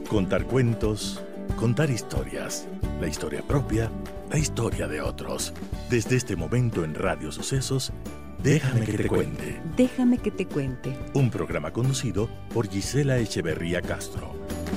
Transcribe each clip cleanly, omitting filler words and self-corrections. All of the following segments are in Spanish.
Contar cuentos, contar historias, la historia propia, la historia de otros. Desde este momento en Radio Sucesos, Déjame que te cuente. Déjame que te cuente. Un programa conducido por Gisela Echeverría Castro.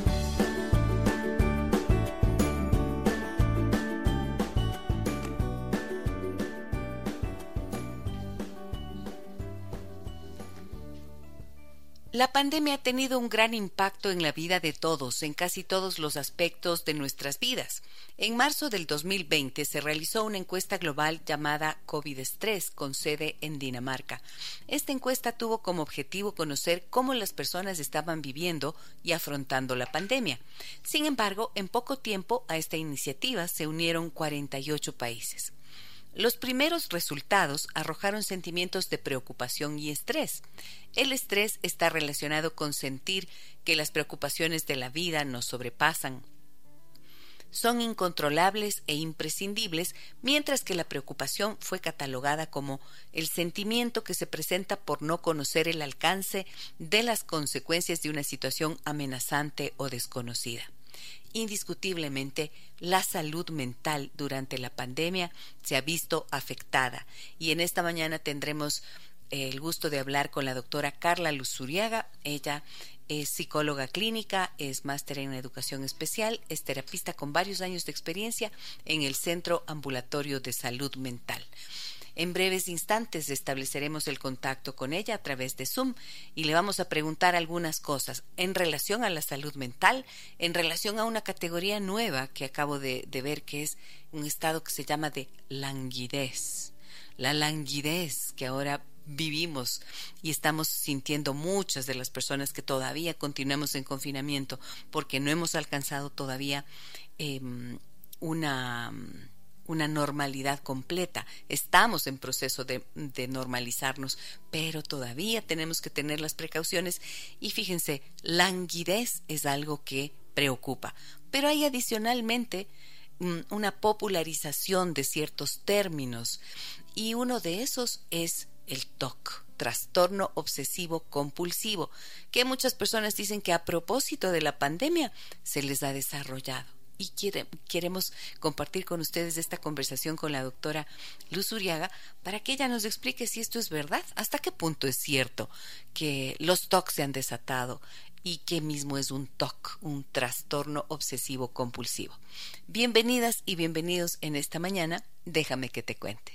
La pandemia ha tenido un gran impacto en la vida de todos, en casi todos los aspectos de nuestras vidas. En marzo del 2020 se realizó una encuesta global llamada COVID-Stress, con sede en Dinamarca. Esta encuesta tuvo como objetivo conocer cómo las personas estaban viviendo y afrontando la pandemia. Sin embargo, en poco tiempo a esta iniciativa se unieron 48 países. Los primeros resultados arrojaron sentimientos de preocupación y estrés. El estrés está relacionado con sentir que las preocupaciones de la vida nos sobrepasan. Son incontrolables e imprescindibles, mientras que la preocupación fue catalogada como el sentimiento que se presenta por no conocer el alcance de las consecuencias de una situación amenazante o desconocida. Indiscutiblemente, la salud mental durante la pandemia se ha visto afectada y en esta mañana tendremos el gusto de hablar con la doctora Carla Luzuriaga. Ella es psicóloga clínica, es máster en educación especial, es terapista con varios años de experiencia en el Centro Ambulatorio de Salud Mental. En breves instantes estableceremos el contacto con ella a través de Zoom y le vamos a preguntar algunas cosas en relación a la salud mental, en relación a una categoría nueva que acabo de ver, que es un estado que se llama de languidez. La languidez que ahora vivimos y estamos sintiendo muchas de las personas que todavía continuamos en confinamiento porque no hemos alcanzado todavía una normalidad completa. Estamos en proceso de normalizarnos, pero todavía tenemos que tener las precauciones y fíjense, languidez es algo que preocupa, pero hay adicionalmente una popularización de ciertos términos y uno de esos es el TOC, trastorno obsesivo compulsivo, que muchas personas dicen que a propósito de la pandemia se les ha desarrollado. Y queremos compartir con ustedes esta conversación con la doctora Luzuriaga para que ella nos explique si esto es verdad, hasta qué punto es cierto que los TOC se han desatado y qué mismo es un TOC, un trastorno obsesivo compulsivo. Bienvenidas y bienvenidos en esta mañana. Déjame que te cuente.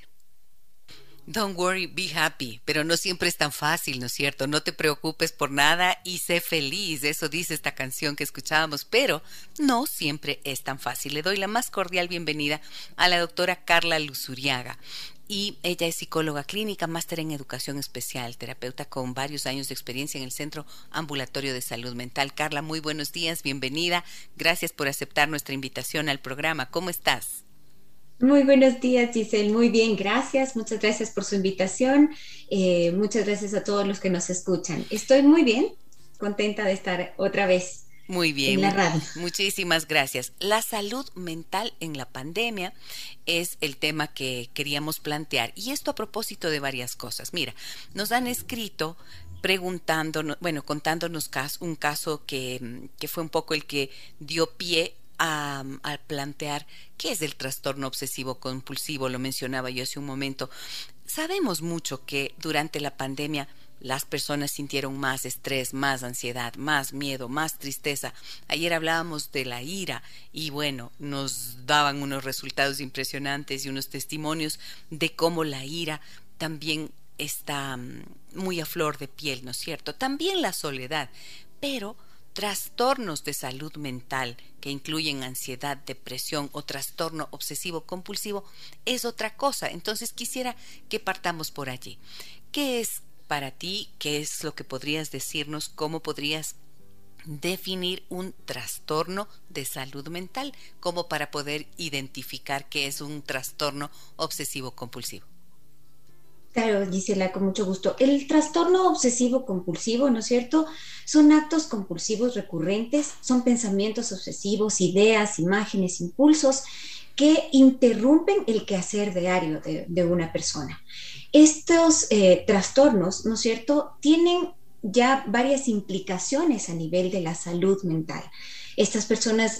Don't worry, be happy, pero no siempre es tan fácil, ¿no es cierto? No te preocupes por nada y sé feliz, eso dice esta canción que escuchábamos, pero no siempre es tan fácil. Le doy la más cordial bienvenida a la doctora Carla Luzuriaga. Y ella es psicóloga clínica, máster en educación especial, terapeuta con varios años de experiencia en el Centro Ambulatorio de Salud Mental. Carla, muy buenos días, bienvenida. Gracias por aceptar nuestra invitación al programa. ¿Cómo estás? Muy buenos días, Giselle. Muy bien, gracias. Muchas gracias por su invitación. Muchas gracias a todos los que nos escuchan. Estoy muy bien, contenta de estar otra vez. Muy bien, en la radio. Muchísimas gracias. La salud mental en la pandemia es el tema que queríamos plantear y esto a propósito de varias cosas. Mira, nos han escrito preguntándonos, contándonos un caso que fue un poco el que dio pie a plantear qué es el trastorno obsesivo compulsivo. Lo mencionaba yo hace un momento. Sabemos mucho que durante la pandemia las personas sintieron más estrés, más ansiedad, más miedo, más tristeza. Ayer hablábamos de la ira y nos daban unos resultados impresionantes y unos testimonios de cómo la ira también está muy a flor de piel, ¿no es cierto? También la soledad, pero trastornos de salud mental que incluyen ansiedad, depresión o trastorno obsesivo compulsivo es otra cosa. Entonces quisiera que partamos por allí. ¿Qué es para ti? ¿Qué es lo que podrías decirnos? ¿Cómo podrías definir un trastorno de salud mental como para poder identificar qué es un trastorno obsesivo compulsivo? Claro, Gisela, con mucho gusto. El trastorno obsesivo compulsivo, ¿no es cierto? Son actos compulsivos recurrentes, son pensamientos obsesivos, ideas, imágenes, impulsos que interrumpen el quehacer diario de una persona. Estos trastornos, ¿no es cierto?, tienen ya varias implicaciones a nivel de la salud mental. Estas personas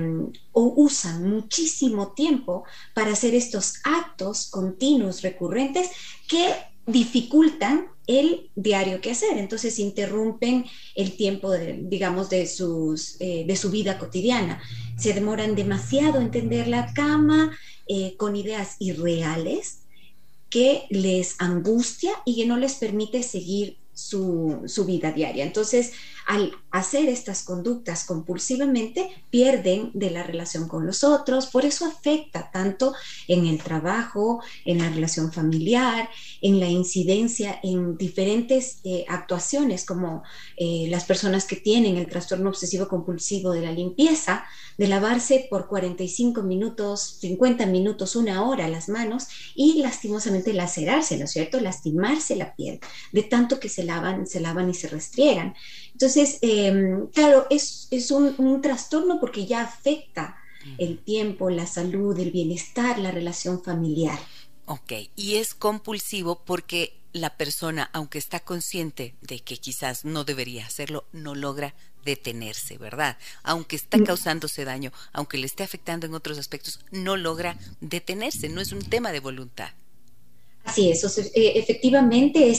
usan muchísimo tiempo para hacer estos actos continuos, recurrentes, que dificultan el diario quehacer. Entonces interrumpen el tiempo, digamos, de su vida cotidiana. Se demoran demasiado en tender la cama, con ideas irreales que les angustia y que no les permite seguir su vida diaria. Entonces, al hacer estas conductas compulsivamente, pierden de la relación con los otros, por eso afecta tanto en el trabajo, en la relación familiar, en la incidencia en diferentes actuaciones, como las personas que tienen el trastorno obsesivo compulsivo de la limpieza, de lavarse por 45 minutos, 50 minutos, una hora las manos y lastimosamente lacerarse, ¿no es cierto? Lastimarse la piel, de tanto que se lavan y se restriegan. Entonces, claro, es un trastorno porque ya afecta el tiempo, la salud, el bienestar, la relación familiar. Ok, y es compulsivo porque la persona, aunque está consciente de que quizás no debería hacerlo, no logra detenerse, ¿verdad? Aunque está causándose daño, aunque le esté afectando en otros aspectos, no logra detenerse, no es un tema de voluntad. Así es, o sea, efectivamente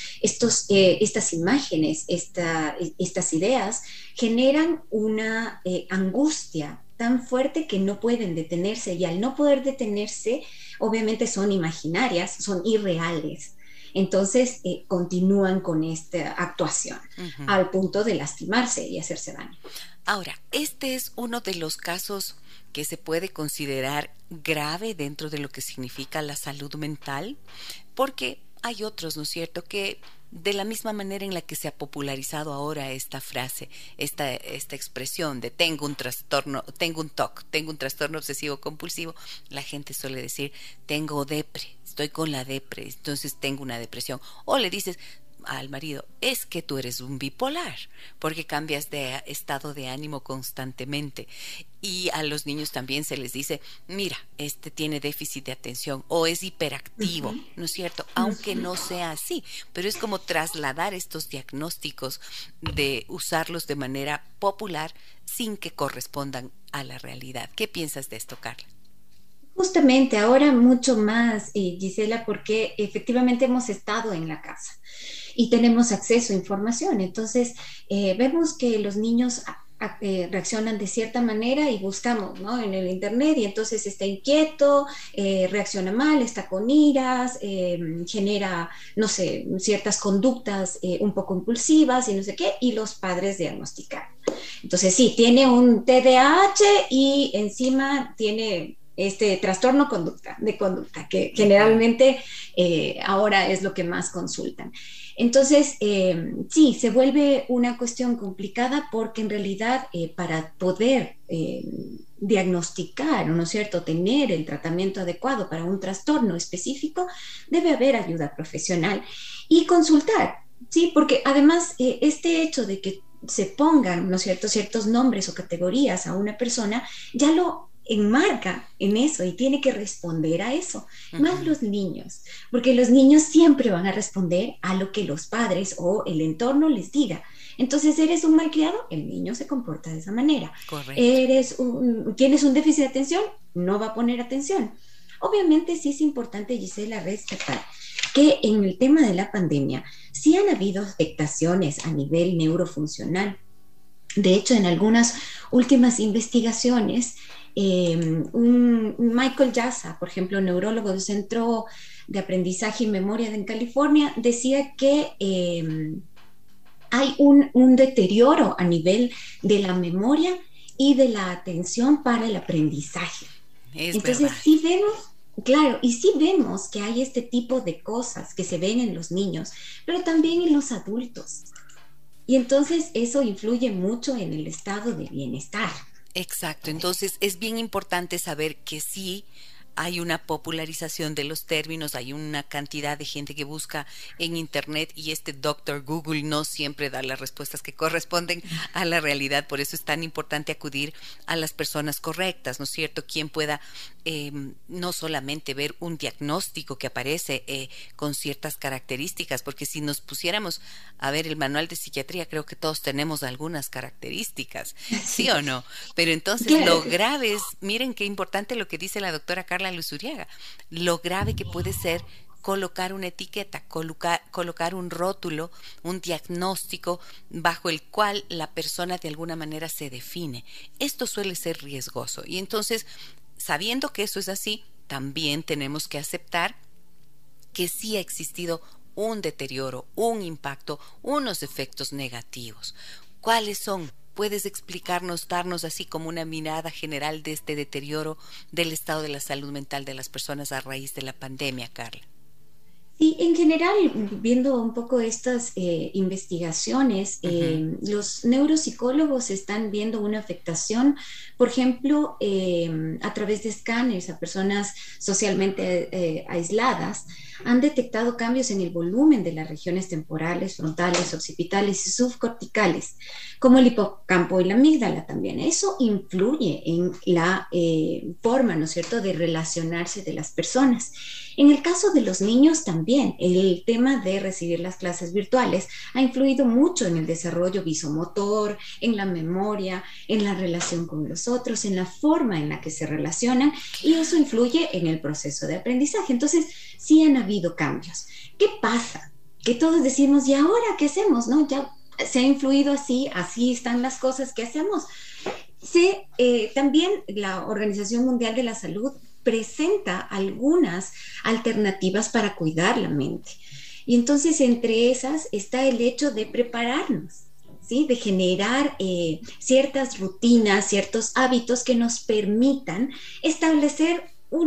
estas imágenes, estas ideas generan una angustia tan fuerte que no pueden detenerse y al no poder detenerse, obviamente son imaginarias, son irreales. Entonces continúan con esta actuación al punto de lastimarse y hacerse daño. Ahora, este es uno de los casos que se puede considerar grave dentro de lo que significa la salud mental, porque hay otros, ¿no es cierto?, que de la misma manera en la que se ha popularizado ahora esta frase, esta expresión de tengo un trastorno, tengo un TOC, tengo un trastorno obsesivo compulsivo, la gente suele decir tengo depre, estoy con la depre, entonces tengo una depresión. O le dices al marido, es que tú eres un bipolar, porque cambias de estado de ánimo constantemente. Y a los niños también se les dice, mira, este tiene déficit de atención o es hiperactivo, ¿no es cierto? Aunque no sea así, pero es como trasladar estos diagnósticos de usarlos de manera popular sin que correspondan a la realidad. ¿Qué piensas de esto, Carla? Justamente ahora mucho más, Gisela, porque efectivamente hemos estado en la casa y tenemos acceso a información. Entonces, vemos que los niños reaccionan de cierta manera y buscamos, ¿no?, en el internet, y entonces está inquieto, reacciona mal, está con iras, genera, no sé, ciertas conductas un poco impulsivas y no sé qué, y los padres diagnostican. Entonces sí, tiene un TDAH y encima tiene este trastorno de conducta, que generalmente ahora es lo que más consultan. Entonces, sí, se vuelve una cuestión complicada porque en realidad para poder diagnosticar, ¿no es cierto?, tener el tratamiento adecuado para un trastorno específico, debe haber ayuda profesional y consultar, ¿sí? Porque además este hecho de que se pongan, ¿no es cierto?, ciertos nombres o categorías a una persona, ya lo enmarca en eso y tiene que responder a eso, más los niños, porque los niños siempre van a responder a lo que los padres o el entorno les diga. Entonces, ¿eres un malcriado? El niño se comporta de esa manera. Correcto. ¿Tienes un déficit de atención? No va a poner atención. Obviamente sí es importante, Gisela, rescatar que en el tema de la pandemia sí han habido afectaciones a nivel neurofuncional. De hecho, en algunas últimas investigaciones, un Michael Yassa, por ejemplo, neurólogo del Centro de Aprendizaje y Memoria en California, decía que hay un deterioro a nivel de la memoria y de la atención para el aprendizaje. Entonces, verdad. sí vemos, claro, y sí vemos que hay este tipo de cosas que se ven en los niños, pero también en los adultos. Y entonces eso influye mucho en el estado de bienestar. Exacto, entonces es bien importante saber que sí hay una popularización de los términos, hay una cantidad de gente que busca en internet y este Doctor Google no siempre da las respuestas que corresponden a la realidad. Por eso es tan importante acudir a las personas correctas, ¿no es cierto? Quien pueda no solamente ver un diagnóstico que aparece con ciertas características, porque si nos pusiéramos a ver el manual de psiquiatría, creo que todos tenemos algunas características, ¿sí o no? Pero entonces lo grave es, miren qué importante lo que dice la doctora Carla Luzuriaga, lo grave que puede ser colocar una etiqueta, colocar un rótulo, un diagnóstico bajo el cual la persona de alguna manera se define. Esto suele ser riesgoso y entonces, sabiendo que eso es así, también tenemos que aceptar que sí ha existido un deterioro, un impacto, unos efectos negativos. ¿Cuáles son? ¿Puedes explicarnos, darnos así como una mirada general de este deterioro del estado de la salud mental de las personas a raíz de la pandemia, Carla? Sí, en general, viendo un poco estas investigaciones, los neuropsicólogos están viendo una afectación, por ejemplo, a través de escáneres a personas socialmente aisladas, han detectado cambios en el volumen de las regiones temporales, frontales, occipitales y subcorticales, como el hipocampo y la amígdala también. Eso influye en la forma, ¿no es cierto?, de relacionarse de las personas. En el caso de los niños también, el tema de recibir las clases virtuales ha influido mucho en el desarrollo visomotor, en la memoria, en la relación con los otros, en la forma en la que se relacionan, y eso influye en el proceso de aprendizaje. Entonces, sí han habido cambios. ¿Qué pasa? Que todos decimos, ¿y ahora qué hacemos? ¿No? Ya se ha influido así, así están las cosas, ¿qué hacemos? También la Organización Mundial de la Salud presenta algunas alternativas para cuidar la mente. Y entonces entre esas está el hecho de prepararnos, ¿sí? De generar ciertas rutinas, ciertos hábitos que nos permitan establecer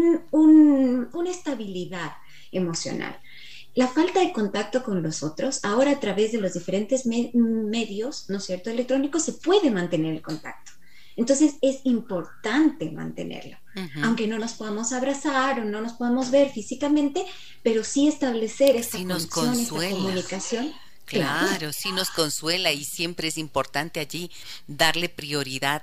una estabilidad emocional. La falta de contacto con los otros, ahora a través de los diferentes medios, ¿no es cierto?, electrónicos, se puede mantener el contacto. Entonces es importante mantenerlo, aunque no nos podamos abrazar o no nos podamos ver físicamente, pero sí establecer esta conexión, esta comunicación. Claro, sí nos consuela y siempre es importante allí darle prioridad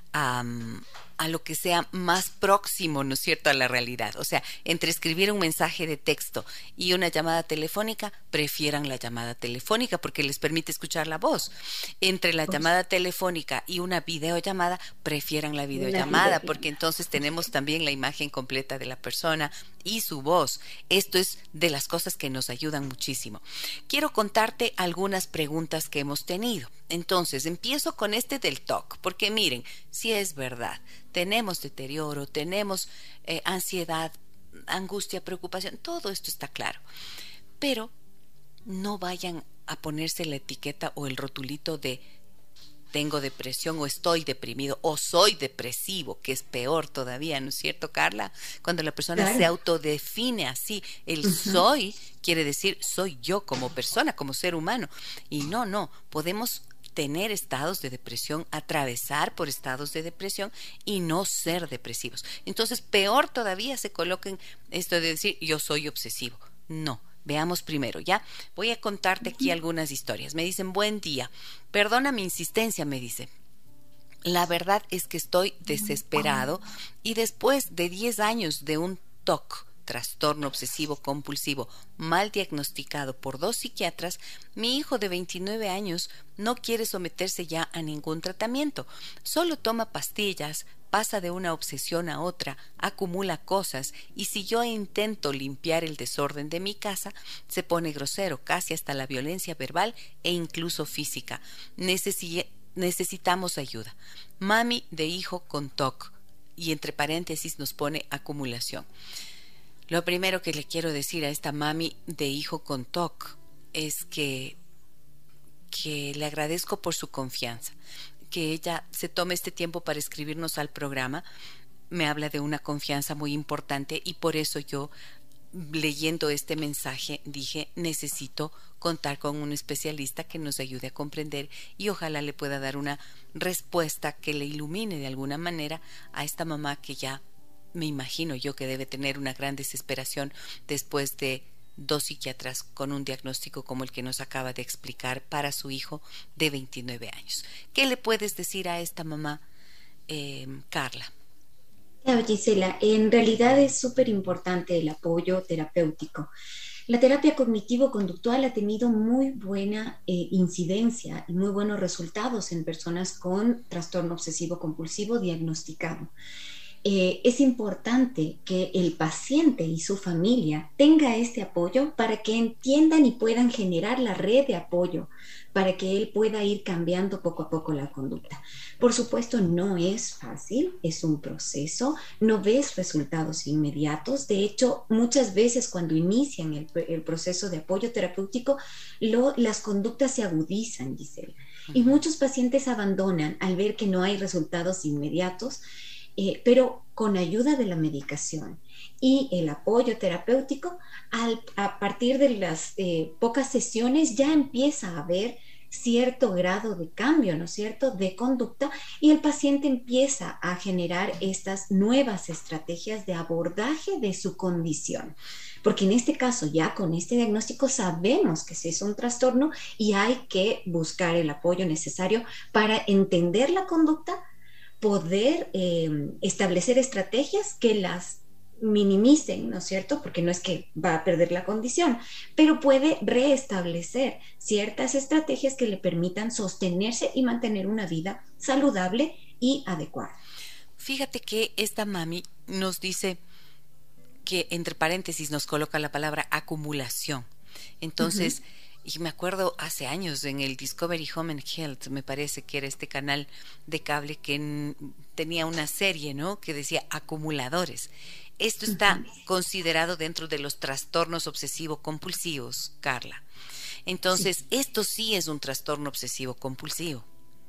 a lo que sea más próximo, ¿no es cierto?, a la realidad. O sea, entre escribir un mensaje de texto y una llamada telefónica, prefieran la llamada telefónica porque les permite escuchar la voz. Entre la llamada telefónica y una videollamada, prefieran la videollamada porque entonces tenemos también la imagen completa de la persona y su voz. Esto es de las cosas que nos ayudan muchísimo. Quiero contarte algunas preguntas que hemos tenido. Entonces, empiezo con este del TOC, porque miren, si es verdad, tenemos deterioro, tenemos ansiedad, angustia, preocupación, todo esto está claro. Pero no vayan a ponerse la etiqueta o el rotulito de tengo depresión o estoy deprimido o soy depresivo, que es peor todavía, ¿no es cierto, Carla? Cuando la persona se autodefine así, el soy quiere decir soy yo como persona, como ser humano. Y no, podemos tener estados de depresión, atravesar por estados de depresión y no ser depresivos. Entonces, peor todavía se coloquen esto de decir yo soy obsesivo. No. Veamos primero, ¿ya? Voy a contarte aquí algunas historias. Me dicen, buen día. Perdona mi insistencia, me dice. La verdad es que estoy desesperado y después de 10 años de un TOC, trastorno obsesivo compulsivo, mal diagnosticado por 2 psiquiatras, mi hijo de 29 años no quiere someterse ya a ningún tratamiento. Solo toma pastillas, pasa de una obsesión a otra, acumula cosas y si yo intento limpiar el desorden de mi casa, se pone grosero, casi hasta la violencia verbal e incluso física. Necesitamos ayuda. Mami de hijo con TOC, y entre paréntesis nos pone acumulación. Lo primero que le quiero decir a esta mami de hijo con TOC es que le agradezco por su confianza, que ella se tome este tiempo para escribirnos al programa. Me habla de una confianza muy importante y por eso yo, leyendo este mensaje, dije, necesito contar con un especialista que nos ayude a comprender y ojalá le pueda dar una respuesta que le ilumine de alguna manera a esta mamá que ya me imagino yo que debe tener una gran desesperación después de 2 psiquiatras con un diagnóstico como el que nos acaba de explicar para su hijo de 29 años. ¿Qué le puedes decir a esta mamá, Carla? Claro, Gisela, en realidad es súper importante el apoyo terapéutico. La terapia cognitivo-conductual ha tenido muy buena incidencia y muy buenos resultados en personas con trastorno obsesivo-compulsivo diagnosticado. Es importante que el paciente y su familia tenga este apoyo para que entiendan y puedan generar la red de apoyo para que él pueda ir cambiando poco a poco la conducta. Por supuesto, no es fácil, es un proceso, no ves resultados inmediatos. De hecho, muchas veces cuando inician el proceso de apoyo terapéutico, las conductas se agudizan, Gisela. Y muchos pacientes abandonan al ver que no hay resultados inmediatos. Pero con ayuda de la medicación y el apoyo terapéutico, a partir de las pocas sesiones ya empieza a haber cierto grado de cambio, ¿no es cierto?, de conducta, y el paciente empieza a generar estas nuevas estrategias de abordaje de su condición. Porque en este caso, ya con este diagnóstico, sabemos que sí es un trastorno y hay que buscar el apoyo necesario para entender la conducta, poder establecer estrategias que las minimicen, ¿no es cierto? Porque no es que va a perder la condición, pero puede restablecer ciertas estrategias que le permitan sostenerse y mantener una vida saludable y adecuada. Fíjate que esta mami nos dice que, entre paréntesis, nos coloca la palabra acumulación. Entonces, y me acuerdo hace años en el Discovery Home and Health, me parece que era este canal de cable que tenía una serie, ¿no?, que decía acumuladores. Esto está considerado dentro de los trastornos obsesivo-compulsivos, Carla. Entonces, esto sí es un trastorno obsesivo-compulsivo.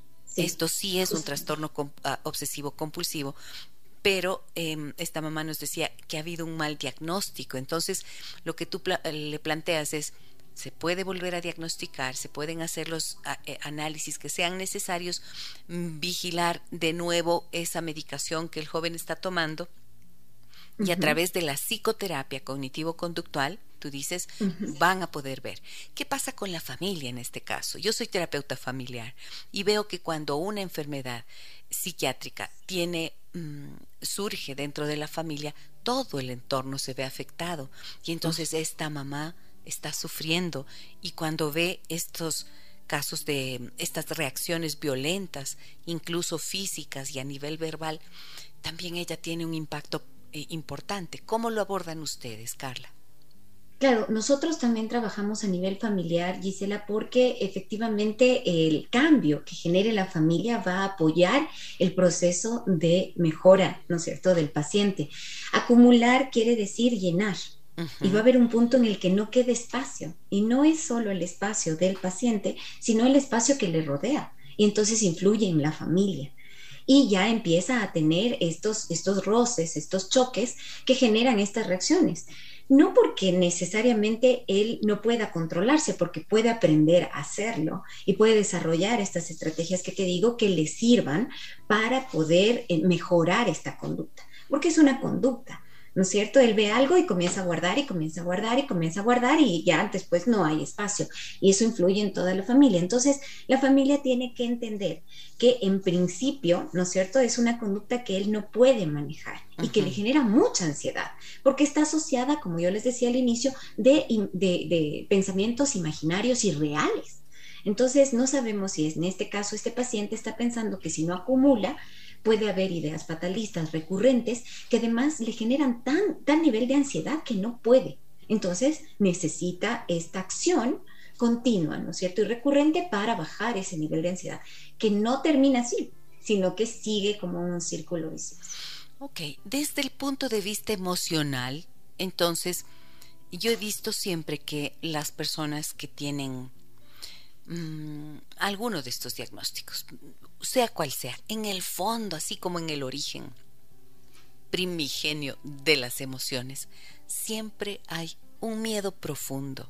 Esto sí es un trastorno obsesivo-compulsivo. Pero esta mamá nos decía que ha habido un mal diagnóstico. Entonces, lo que tú le planteas es: se puede volver a diagnosticar, se pueden hacer los análisis que sean necesarios, vigilar de nuevo esa medicación que el joven está tomando, y a través de la psicoterapia cognitivo-conductual, tú dices, van a poder ver. ¿Qué pasa con la familia en este caso? Yo soy terapeuta familiar y veo que cuando una enfermedad psiquiátrica surge dentro de la familia, todo el entorno se ve afectado, y entonces esta mamá está sufriendo, y cuando ve estos casos de estas reacciones violentas, incluso físicas y a nivel verbal, también ella tiene un impacto importante. ¿Cómo lo abordan ustedes, Carla? Claro, nosotros también trabajamos a nivel familiar, Gisela, porque efectivamente el cambio que genere la familia va a apoyar el proceso de mejora, ¿no es cierto?, del paciente. Acumular quiere decir llenar. Y va a haber un punto en el que no quede espacio, y no es solo el espacio del paciente, sino el espacio que le rodea, y entonces influye en la familia. Y ya empieza a tener estos roces, estos choques que generan estas reacciones. No porque necesariamente él no pueda controlarse, porque puede aprender a hacerlo y puede desarrollar estas estrategias que te digo que le sirvan para poder mejorar esta conducta, porque es una conducta, ¿no es cierto? Él ve algo y comienza a guardar y comienza a guardar y comienza a guardar, y ya después no hay espacio, y eso influye en toda la familia. Entonces, la familia tiene que entender que en principio, ¿no es cierto?, es una conducta que él no puede manejar y que le genera mucha ansiedad, porque está asociada, como yo les decía al inicio, de pensamientos imaginarios y reales. Entonces, no sabemos si en este caso este paciente está pensando que si no acumula, puede haber ideas fatalistas recurrentes que además le generan tan nivel de ansiedad que no puede. Entonces necesita esta acción continua, ¿no es cierto?, y recurrente para bajar ese nivel de ansiedad, que no termina así, sino que sigue como un círculo vicioso. Ok, desde el punto de vista emocional, entonces, yo he visto siempre que las personas que tienen alguno de estos diagnósticos, sea cual sea, en el fondo, así como en el origen primigenio de las emociones, siempre hay un miedo profundo.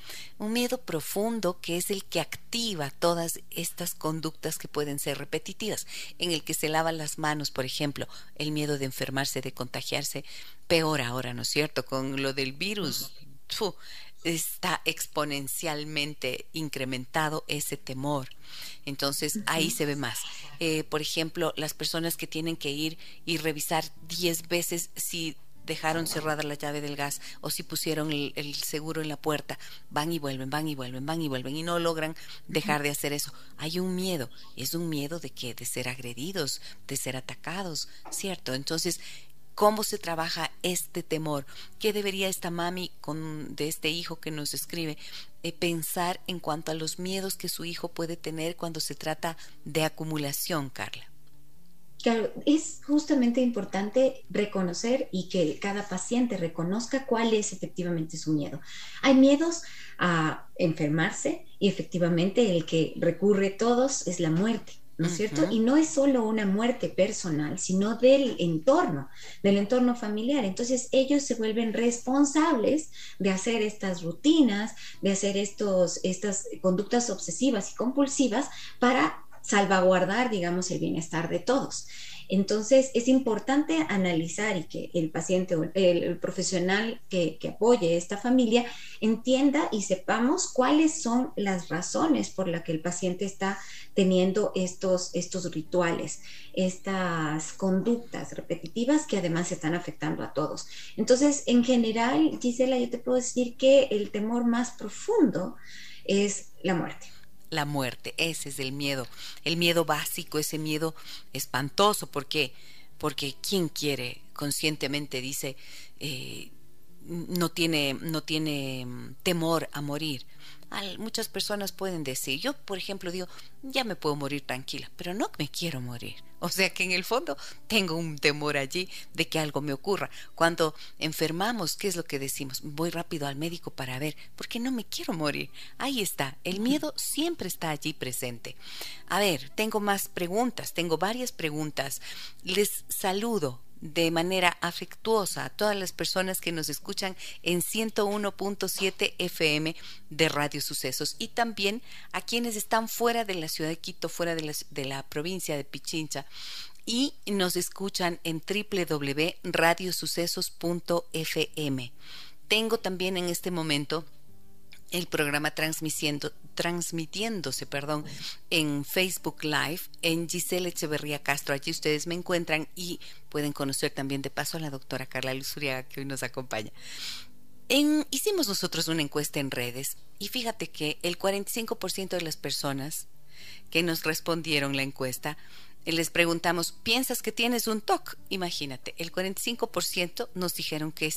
Un miedo profundo que es el que activa todas estas conductas que pueden ser repetitivas, en el que se lavan las manos, por ejemplo, el miedo de enfermarse, de contagiarse, peor ahora, ¿no es cierto? Con lo del virus, está exponencialmente incrementado ese temor. Entonces ahí se ve más. Por ejemplo, las personas que tienen que ir y revisar 10 veces si dejaron cerrada la llave del gas o si pusieron el seguro en la puerta, van y vuelven, van y vuelven, van y vuelven y no logran dejar de hacer eso. Hay un miedo, es un miedo de que de ser agredidos, de ser atacados, ¿cierto? Entonces, ¿cómo se trabaja este temor? ¿Qué debería esta mami de este hijo que nos escribe pensar en cuanto a los miedos que su hijo puede tener cuando se trata de acumulación, Carla? Claro, es justamente importante reconocer y que cada paciente reconozca cuál es efectivamente su miedo. Hay miedos a enfermarse y efectivamente el que recurre todos es la muerte, ¿no es cierto? Y no es solo una muerte personal, sino del entorno familiar. Entonces ellos se vuelven responsables de hacer estas rutinas, de hacer estas conductas obsesivas y compulsivas para salvaguardar, digamos, el bienestar de todos. Entonces, es importante analizar y que el paciente o el profesional que apoye a esta familia entienda y sepamos cuáles son las razones por las que el paciente está teniendo estos rituales, estas conductas repetitivas que además están afectando a todos. Entonces, en general, Gisela, yo te puedo decir que el temor más profundo es la muerte. La muerte, ese es el miedo básico, ese miedo espantoso, porque ¿quién quiere conscientemente dice no tiene temor a morir? Muchas personas pueden decir, yo por ejemplo digo, ya me puedo morir tranquila, pero no me quiero morir. O sea que en el fondo tengo un temor allí de que algo me ocurra. Cuando enfermamos, ¿qué es lo que decimos? Voy rápido al médico para ver, porque no me quiero morir. Ahí está, el miedo siempre está allí presente. A ver, tengo más preguntas, tengo varias preguntas. Les saludo de manera afectuosa a todas las personas que nos escuchan en 101.7 FM de Radio Sucesos y también a quienes están fuera de la ciudad de Quito, fuera de la provincia de Pichincha y nos escuchan en www.radiosucesos.fm. Tengo también en este momento el programa transmitiéndose en Facebook Live, en Gisela Echeverría Castro. Allí ustedes me encuentran y pueden conocer también de paso a la doctora Carla Luz Uriaga, que hoy nos acompaña. Hicimos nosotros una encuesta en redes y fíjate que el 45% de las personas que nos respondieron la encuesta, les preguntamos, ¿piensas que tienes un TOC? Imagínate, el 45% nos dijeron que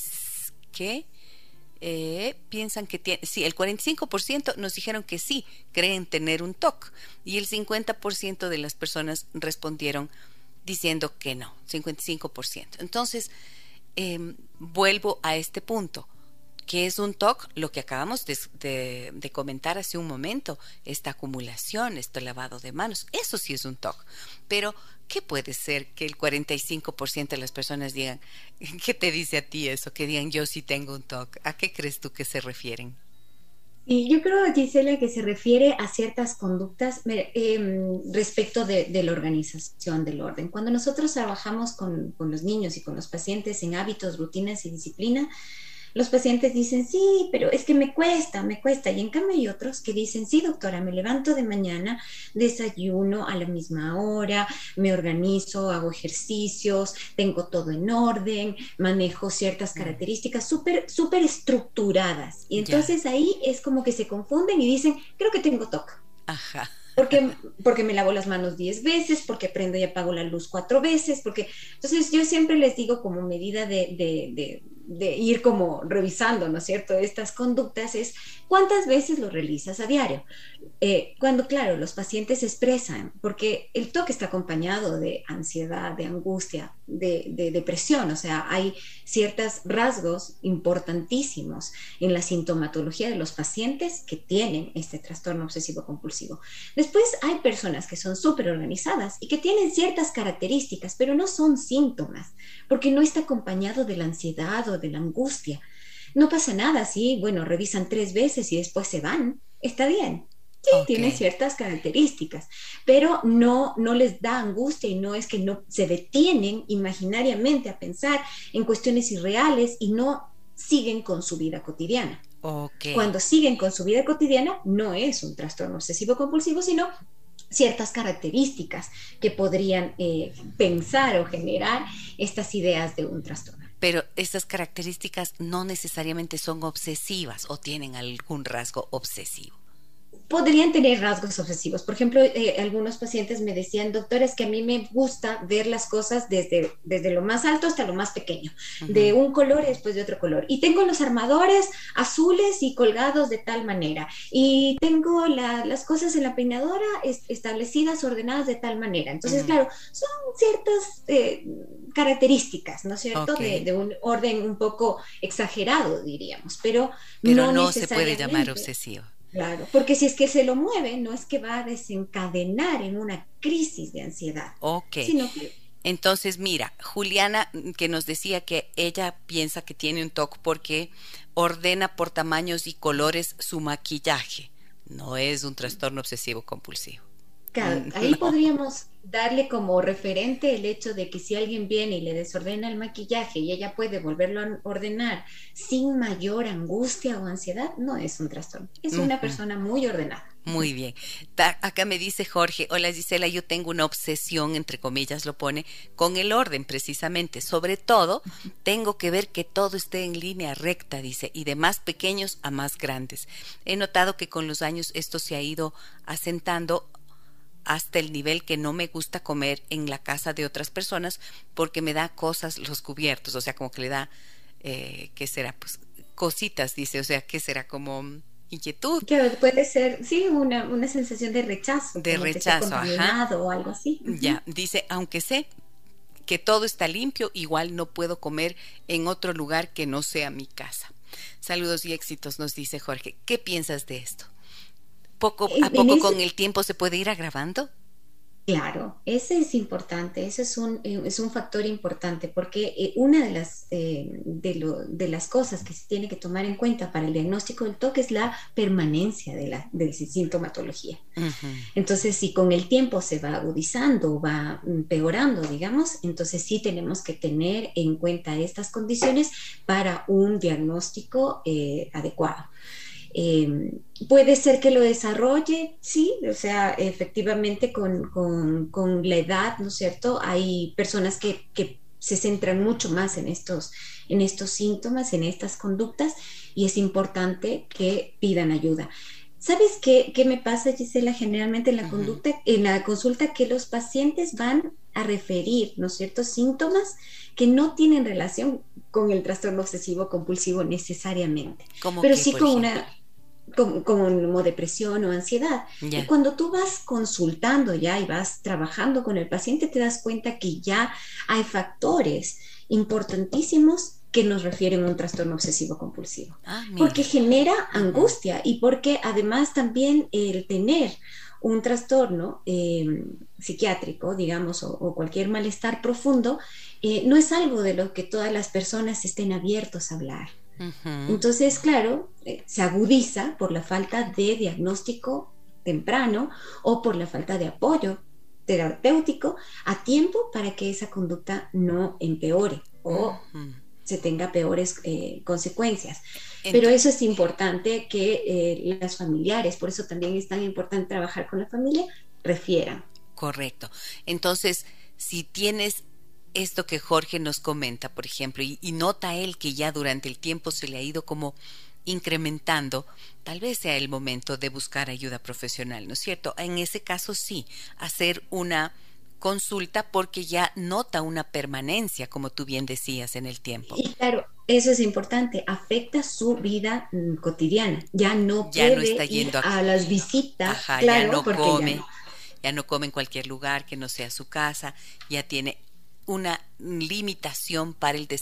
piensan que sí, el 45% nos dijeron que sí, creen tener un TOC y el 50% de las personas respondieron diciendo que no, 55%. Entonces, vuelvo a este punto. ¿Qué es un TOC? Lo que acabamos de comentar hace un momento, esta acumulación, este lavado de manos, eso sí es un TOC. Pero, ¿qué puede ser que el 45% de las personas digan, ¿qué te dice a ti eso? Que digan, yo sí tengo un TOC. ¿A qué crees tú que se refieren? Y yo creo, Gisela, que se refiere a ciertas conductas respecto de la organización del orden. Cuando nosotros trabajamos con los niños y con los pacientes en hábitos, rutinas y disciplina, los pacientes dicen, sí, pero es que me cuesta. Y en cambio hay otros que dicen, sí, doctora, me levanto de mañana, desayuno a la misma hora, me organizo, hago ejercicios, tengo todo en orden, manejo ciertas características súper estructuradas. Y entonces ahí es como que se confunden y dicen, creo que tengo TOC. Ajá. Porque me lavo las manos 10 veces, porque prendo y apago la luz 4 veces, entonces yo siempre les digo como medida de ir como revisando, ¿no es cierto?, estas conductas es ¿cuántas veces lo realizas a diario? Cuando, claro, los pacientes se expresan, porque el TOC está acompañado de ansiedad, de angustia, de depresión, o sea, hay ciertos rasgos importantísimos en la sintomatología de los pacientes que tienen este trastorno obsesivo compulsivo. Después hay personas que son súper organizadas y que tienen ciertas características, pero no son síntomas, porque no está acompañado de la ansiedad o de la angustia. No pasa nada, sí, bueno, revisan 3 veces y después se van, está bien. Sí, tiene Ok. ciertas características, pero no les da angustia y no es que no se detienen imaginariamente a pensar en cuestiones irreales y no siguen con su vida cotidiana. Ok. Cuando siguen con su vida cotidiana, no es un trastorno obsesivo compulsivo, sino ciertas características que podrían pensar o generar estas ideas de un trastorno. Pero estas características no necesariamente son obsesivas o tienen algún rasgo obsesivo. Podrían tener rasgos obsesivos. Por ejemplo, algunos pacientes me decían, doctora, es que a mí me gusta ver las cosas desde lo más alto hasta lo más pequeño, de Ujú. un color y después de otro color. Y tengo los armadores azules y colgados de tal manera. Y tengo las cosas en la peinadora establecidas, ordenadas de tal manera. Entonces, Ujú. claro, son ciertas características, ¿no es cierto? Ok. De un orden un poco exagerado, diríamos, pero Pero no no se puede llamar necesariamente. obsesivo. Claro, porque si es que se lo mueve, no es que va a desencadenar en una crisis de ansiedad, Ok. sino que, Entonces, mira, Juliana que nos decía que ella piensa que tiene un TOC porque ordena por tamaños y colores su maquillaje. No es un trastorno obsesivo compulsivo. claro, ahí No. podríamos darle como referente el hecho de que si alguien viene y le desordena el maquillaje y ella puede volverlo a ordenar sin mayor angustia o ansiedad, no es un trastorno, es una Ujú. persona muy ordenada. Muy bien. Acá me dice Jorge, hola Gisela, yo tengo una obsesión, entre comillas lo pone, con el orden precisamente. Sobre todo, tengo que ver que todo esté en línea recta, dice, y de más pequeños a más grandes. He notado que con los años esto se ha ido asentando hasta el nivel que no me gusta comer en la casa de otras personas porque me da cosas los cubiertos, o sea, como que le da, ¿qué será? Pues cositas, dice, o sea, ¿qué será? Como inquietud. Claro, puede ser, sí, una sensación de rechazo, De como que esté rechazo, ajá. contaminado o algo así. Ujú. Ya, dice, aunque sé que todo está limpio, igual no puedo comer en otro lugar que no sea mi casa. Saludos y éxitos, nos dice Jorge. ¿Qué piensas de esto? ¿Poco a En poco con ese el tiempo se puede ir agravando? Claro, ese es importante, ese es un factor importante porque una de las cosas que se tiene que tomar en cuenta para el diagnóstico del TOC es la permanencia de la sintomatología. Ujú. Entonces, si con el tiempo se va agudizando, va empeorando, digamos, entonces sí tenemos que tener en cuenta estas condiciones para un diagnóstico adecuado. Eh, Puede ser que lo desarrolle, sí, o sea, efectivamente con la edad, ¿no es cierto? Hay personas que se centran mucho más en estos síntomas, en estas conductas, y es importante que pidan ayuda. ¿Sabes qué me pasa, Gisela? Generalmente en la Ujú. conducta, en la consulta, que los pacientes van a referir, ¿no es cierto?, síntomas que no tienen relación con el trastorno obsesivo compulsivo necesariamente, ¿Cómo pero qué, sí por ejemplo? como depresión o ansiedad. Y Ya. cuando tú vas consultando ya y vas trabajando con el paciente, te das cuenta que ya hay factores importantísimos que nos refieren a un trastorno obsesivo compulsivo, Ah, porque mira. genera Ujú. angustia y porque además también el tener un trastorno psiquiátrico, digamos, o cualquier malestar profundo, no es algo de lo que todas las personas estén abiertos a hablar. Ujú. Entonces, claro, se agudiza por la falta de diagnóstico temprano o por la falta de apoyo terapéutico a tiempo para que esa conducta no empeore o Ujú. se tenga peores consecuencias. Pero Ento- eso es importante que las familiares, por eso también es tan importante trabajar con la familia, refieran. Correcto. Entonces, si tienes esto que Jorge nos comenta, por ejemplo, y nota él que ya durante el tiempo se le ha ido como incrementando, tal vez sea el momento de buscar ayuda profesional, ¿no es cierto? En ese caso sí, hacer una consulta porque ya nota una permanencia, como tú bien decías, en el tiempo. Y claro, eso es importante, afecta su vida cotidiana. Ya no Ya no está puede ir yendo a... a las visitas, Ajá, claro, porque ya no. ya no come en cualquier lugar que no sea su casa, ya tiene una limitación para el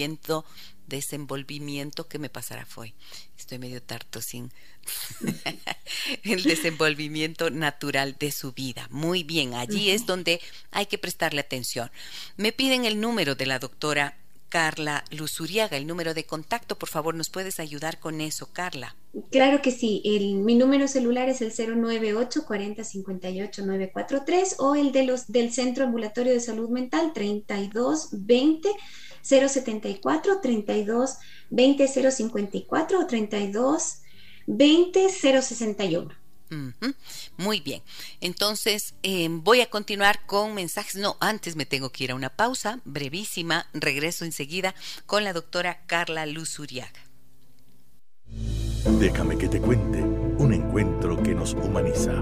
desenvolvimiento que me pasará fue. Estoy medio tarto sin el desenvolvimiento natural de su vida. Muy bien, allí Ujú. es donde hay que prestarle atención. Me piden el número de la doctora Carla Luzuriaga. El número de contacto, por favor, ¿nos puedes ayudar con eso, Carla? Claro que sí. Mi número celular es el 098 40 58 943 o el del Centro Ambulatorio de Salud Mental 32 20 074, 32 20 054 o 32 20 061. Muy bien, entonces voy a continuar con mensajes. No, antes me tengo que ir a una pausa brevísima. Regreso enseguida con la doctora Carla Luzuriaga. Déjame que te cuente, un encuentro que nos humaniza.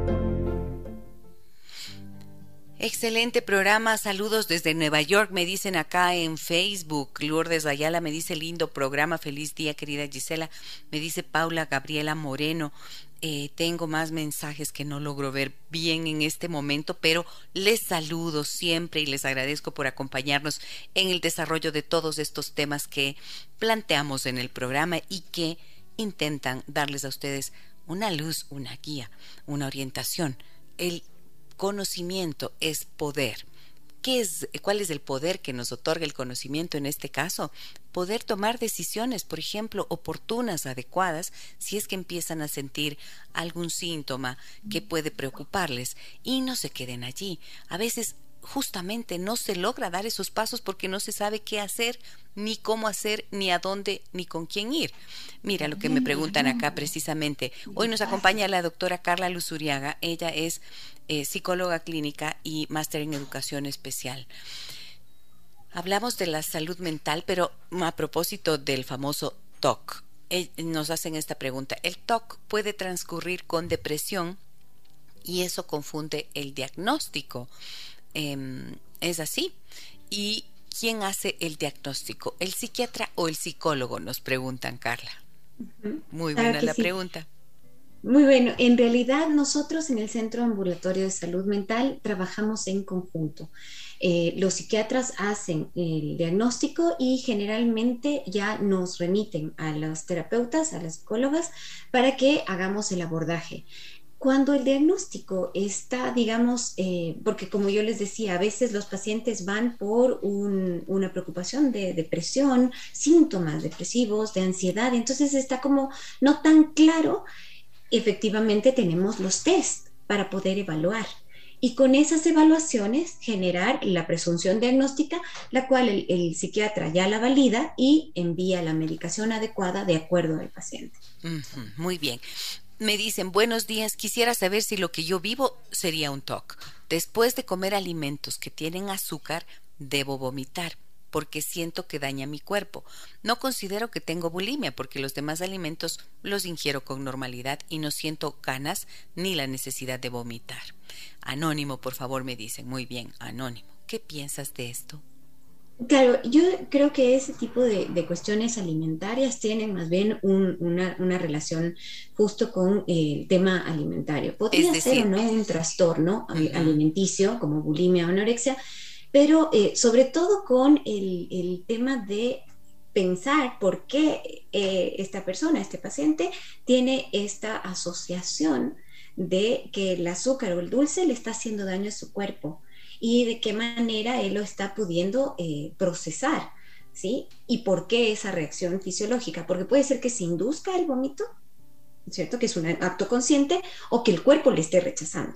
Excelente programa, saludos desde Nueva York, me dicen acá en Facebook. Lourdes Ayala me dice lindo programa, feliz día querida Gisela. Me dice Paula Gabriela Moreno. Tengo más mensajes que no logro ver bien en este momento, pero les saludo siempre y les agradezco por acompañarnos en el desarrollo de todos estos temas que planteamos en el programa y que intentan darles a ustedes una luz, una guía, una orientación. El conocimiento es poder. ¿Cuál es el poder que nos otorga el conocimiento en este caso? Poder tomar decisiones, por ejemplo, oportunas, adecuadas, si es que empiezan a sentir algún síntoma que puede preocuparles y no se queden allí. A veces justamente no se logra dar esos pasos porque no se sabe qué hacer, ni cómo hacer, ni a dónde, ni con quién ir. Mira lo que me preguntan acá precisamente. Hoy nos acompaña la doctora Carla Luzuriaga. Ella es psicóloga clínica y máster en educación especial. Hablamos de la salud mental, pero a propósito del famoso TOC. Nos hacen esta pregunta. ¿El TOC puede transcurrir con depresión? Y eso confunde el diagnóstico. Es así. ¿Y quién hace el diagnóstico? ¿El psiquiatra o el psicólogo? Nos preguntan, Carla. Muy buena la pregunta. Muy bueno. En realidad nosotros en el Centro Ambulatorio de Salud Mental trabajamos en conjunto. Los psiquiatras hacen el diagnóstico y generalmente ya nos remiten a los terapeutas, a las psicólogas, para que hagamos el abordaje. Cuando el diagnóstico está, digamos, porque como yo les decía, a veces los pacientes van por una preocupación de depresión, síntomas depresivos, de ansiedad, entonces está como no tan claro. Efectivamente tenemos los test para poder evaluar y con esas evaluaciones generar la presunción diagnóstica, la cual el psiquiatra ya la valida y envía la medicación adecuada de acuerdo al paciente. Muy bien. Me dicen, buenos días, quisiera saber si lo que yo vivo sería un TOC. Después de comer alimentos que tienen azúcar, debo vomitar porque siento que daña mi cuerpo. No considero que tengo bulimia porque los demás alimentos los ingiero con normalidad y no siento ganas ni la necesidad de vomitar. Anónimo, por favor, me dicen. Muy bien, Anónimo. ¿Qué piensas de esto? Claro, yo creo que ese tipo de cuestiones alimentarias tienen más bien una relación justo con el tema alimentario. Podría ser o no un trastorno alimenticio como bulimia o anorexia, pero sobre todo con el tema de pensar por qué esta persona, este paciente, tiene esta asociación de que el azúcar o el dulce le está haciendo daño a su cuerpo y de qué manera él lo está pudiendo procesar, ¿sí? Y por qué esa reacción fisiológica, porque puede ser que se induzca el vómito, ¿cierto? Que es un acto consciente o que el cuerpo le esté rechazando.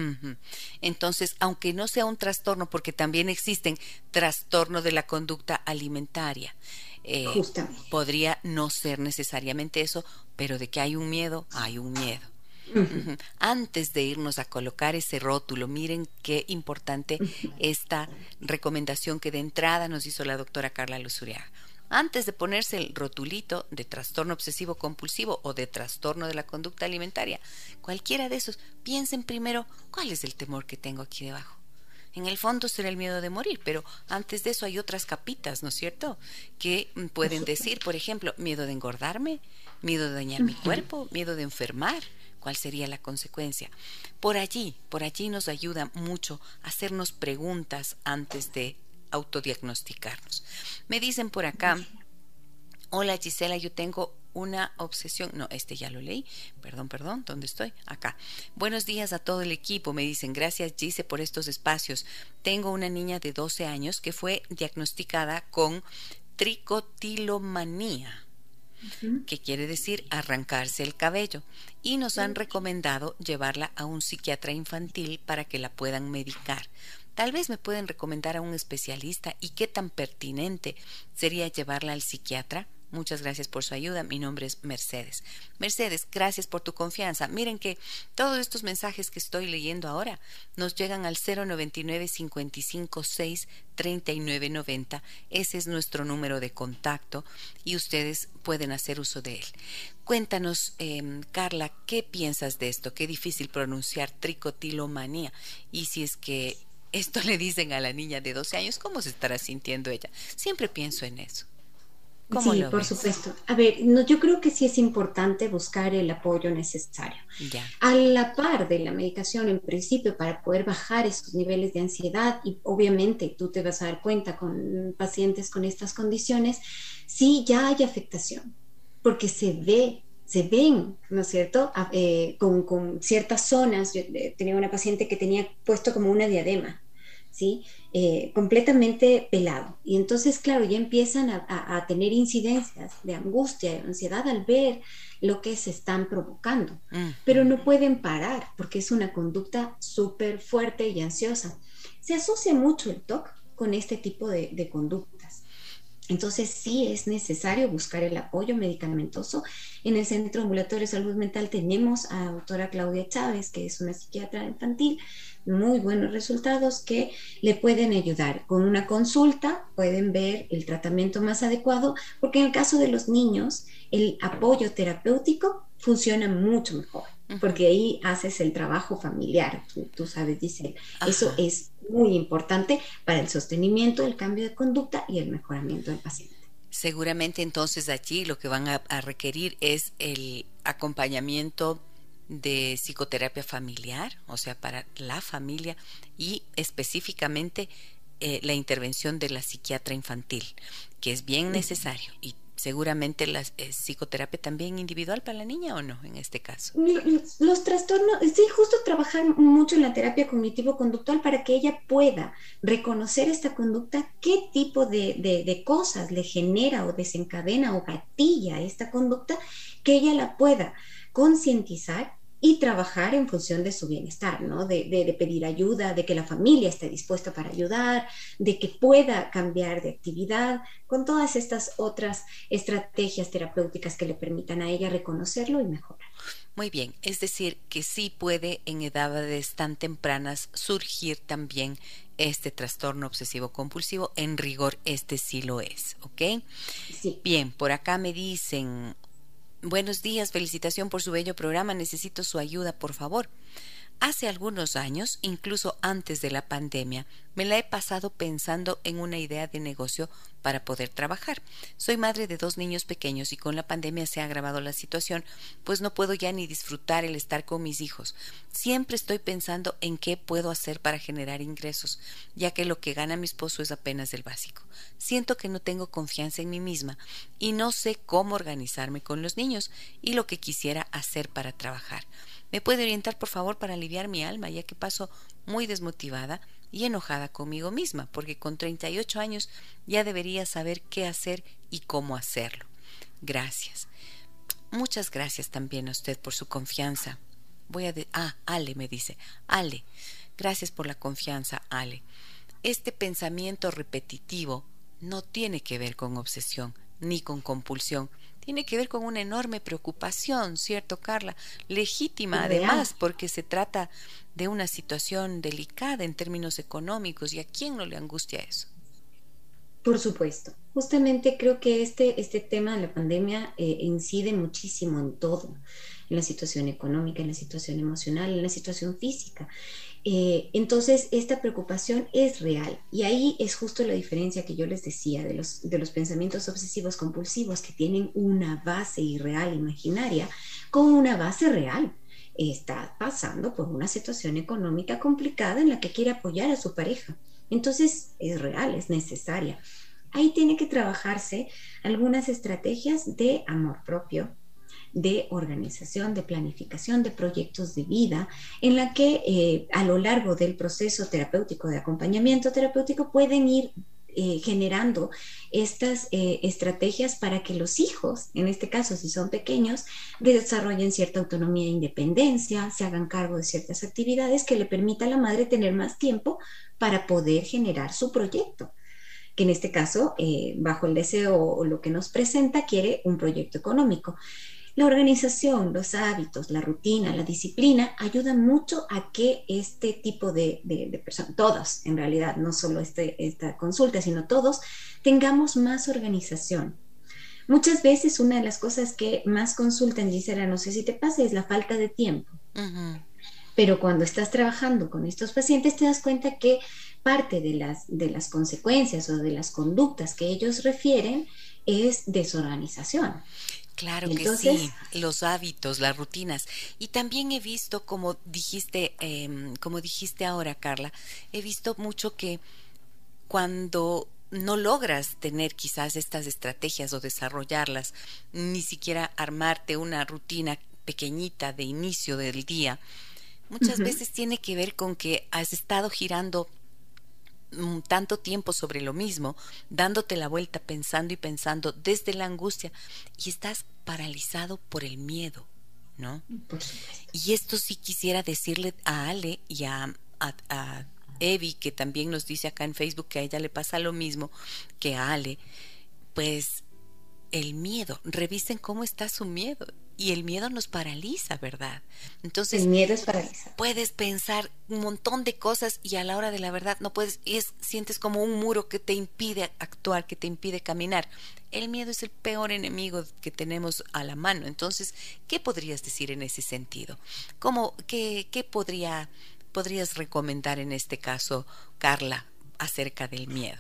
Entonces, aunque no sea un trastorno, porque también existen trastornos de la conducta alimentaria, podría no ser necesariamente eso, pero de que hay un miedo, hay un miedo. Antes de irnos a colocar ese rótulo, miren qué importante esta recomendación que de entrada nos hizo la doctora Carla Luzuriaga. Antes de ponerse el rotulito de trastorno obsesivo compulsivo o de trastorno de la conducta alimentaria, cualquiera de esos, piensen primero cuál es el temor que tengo aquí debajo. En el fondo será el miedo de morir, pero antes de eso hay otras capitas, ¿no es cierto? Que pueden decir, por ejemplo, miedo de engordarme, miedo de dañar mi cuerpo, miedo de enfermar. ¿Cuál sería la consecuencia? Por allí nos ayuda mucho a hacernos preguntas antes de autodiagnosticarnos. Me dicen por acá, hola Gisela, yo tengo una obsesión. No, este ya lo leí. Perdón, ¿dónde estoy? Acá. Buenos días a todo el equipo. Me dicen, gracias Gise por estos espacios. Tengo una niña de 12 años que fue diagnosticada con tricotilomanía, que quiere decir arrancarse el cabello, y nos han recomendado llevarla a un psiquiatra infantil para que la puedan medicar. Tal vez me pueden recomendar a un especialista, y qué tan pertinente sería llevarla al psiquiatra. Muchas gracias por su ayuda. Mi nombre es Mercedes. Mercedes, gracias por tu confianza. Miren que todos estos mensajes que estoy leyendo ahora nos llegan al 099-556-3990. Ese es nuestro número de contacto y ustedes pueden hacer uso de él. Cuéntanos, Carla, ¿qué piensas de esto? Qué difícil pronunciar tricotilomanía. Y si es que esto le dicen a la niña de 12 años, ¿cómo se estará sintiendo ella? Siempre pienso en eso. Sí, por supuesto. A ver, no, yo creo que sí es importante buscar el apoyo necesario. Ya. A la par de la medicación, en principio, para poder bajar esos niveles de ansiedad, y obviamente tú te vas a dar cuenta con pacientes con estas condiciones, sí ya hay afectación, porque se ven, ¿no es cierto? Con ciertas zonas. Yo tenía una paciente que tenía puesto como una diadema, ¿sí? Completamente pelado. Y entonces, claro, ya empiezan a tener incidencias de angustia, de ansiedad al ver lo que se están provocando. Pero no pueden parar porque es una conducta súper fuerte y ansiosa. Se asocia mucho el TOC con este tipo de conductas. Entonces sí es necesario buscar el apoyo medicamentoso. En el Centro Ambulatorio de Salud Mental tenemos a la doctora Claudia Chávez, que es una psiquiatra infantil, muy buenos resultados que le pueden ayudar. Con una consulta pueden ver el tratamiento más adecuado, porque en el caso de los niños el apoyo terapéutico funciona mucho mejor, porque ahí haces el trabajo familiar, tú sabes, Giselle. Eso es muy importante para el sostenimiento del cambio de conducta y el mejoramiento del paciente. Seguramente entonces allí lo que van a requerir es el acompañamiento de psicoterapia familiar, o sea, para la familia, y específicamente la intervención de la psiquiatra infantil, que es bien necesario, y seguramente la psicoterapia también individual para la niña, ¿o no, en este caso? Los trastornos, sí, justo trabajar mucho en la terapia cognitivo-conductual para que ella pueda reconocer esta conducta, qué tipo de cosas le genera o desencadena o gatilla esta conducta, que ella la pueda concientizar y trabajar en función de su bienestar, ¿no? De pedir ayuda, de que la familia esté dispuesta para ayudar, de que pueda cambiar de actividad, con todas estas otras estrategias terapéuticas que le permitan a ella reconocerlo y mejorar. Muy bien, es decir, que sí puede en edades tan tempranas surgir también este trastorno obsesivo compulsivo. En rigor, este sí lo es, ¿ok? Sí. Bien, por acá me dicen: buenos días, felicitación por su bello programa, necesito su ayuda, por favor. Hace algunos años, incluso antes de la pandemia, me la he pasado pensando en una idea de negocio para poder trabajar. Soy madre de 2 niños pequeños y con la pandemia se ha agravado la situación, pues no puedo ya ni disfrutar el estar con mis hijos. Siempre estoy pensando en qué puedo hacer para generar ingresos, ya que lo que gana mi esposo es apenas el básico. Siento que no tengo confianza en mí misma y no sé cómo organizarme con los niños y lo que quisiera hacer para trabajar. ¿Me puede orientar, por favor, para aliviar mi alma, ya que paso muy desmotivada y enojada conmigo misma, porque con 38 años ya debería saber qué hacer y cómo hacerlo? Gracias. Muchas gracias también a usted por su confianza. Ale me dice. Ale, gracias por la confianza, Ale. Este pensamiento repetitivo no tiene que ver con obsesión ni con compulsión. Tiene que ver con una enorme preocupación, ¿cierto, Carla? Legítima, además, porque se trata de una situación delicada en términos económicos. ¿Y a quién no le angustia eso? Por supuesto. Justamente creo que este tema de la pandemia incide muchísimo en todo, en la situación económica, en la situación emocional, en la situación física. Entonces, esta preocupación es real, y ahí es justo la diferencia que yo les decía de los pensamientos obsesivos compulsivos, que tienen una base irreal, imaginaria, con una base real. Está pasando por una situación económica complicada en la que quiere apoyar a su pareja. Entonces, es real, es necesaria. Ahí tiene que trabajarse algunas estrategias de amor propio, de organización, de planificación, de proyectos de vida, en la que a lo largo del proceso terapéutico, de acompañamiento terapéutico, pueden ir generando estas estrategias para que los hijos, en este caso si son pequeños, desarrollen cierta autonomía e independencia, se hagan cargo de ciertas actividades que le permita a la madre tener más tiempo para poder generar su proyecto, que en este caso, bajo el deseo o lo que nos presenta, quiere un proyecto económico. La organización, los hábitos, la rutina, la disciplina ayudan mucho a que este tipo de personas, todos en realidad, no solo esta consulta, sino todos, tengamos más organización. Muchas veces una de las cosas que más consultan, Gisela, no sé si te pasa, es la falta de tiempo. Uh-huh. Pero cuando estás trabajando con estos pacientes te das cuenta que parte de las consecuencias o de las conductas que ellos refieren es desorganización. Claro. Entonces, que sí, los hábitos, las rutinas. Y también he visto, como dijiste ahora, Carla, he visto mucho que cuando no logras tener quizás estas estrategias o desarrollarlas, ni siquiera armarte una rutina pequeñita de inicio del día, muchas veces tiene que ver con que has estado girando tanto tiempo sobre lo mismo, dándote la vuelta, pensando y pensando desde la angustia, y estás paralizado por el miedo, ¿no? Y esto sí quisiera decirle a Ale y a Evi, que también nos dice acá en Facebook que a ella le pasa lo mismo que a Ale, pues el miedo, revisen cómo está su miedo. Y el miedo nos paraliza, ¿verdad? Entonces, el miedo es paralizante. Puedes pensar un montón de cosas y a la hora de la verdad no puedes, sientes como un muro que te impide actuar, que te impide caminar. El miedo es el peor enemigo que tenemos a la mano. Entonces, ¿qué podrías decir en ese sentido? ¿Qué podrías recomendar en este caso, Carla, acerca del miedo?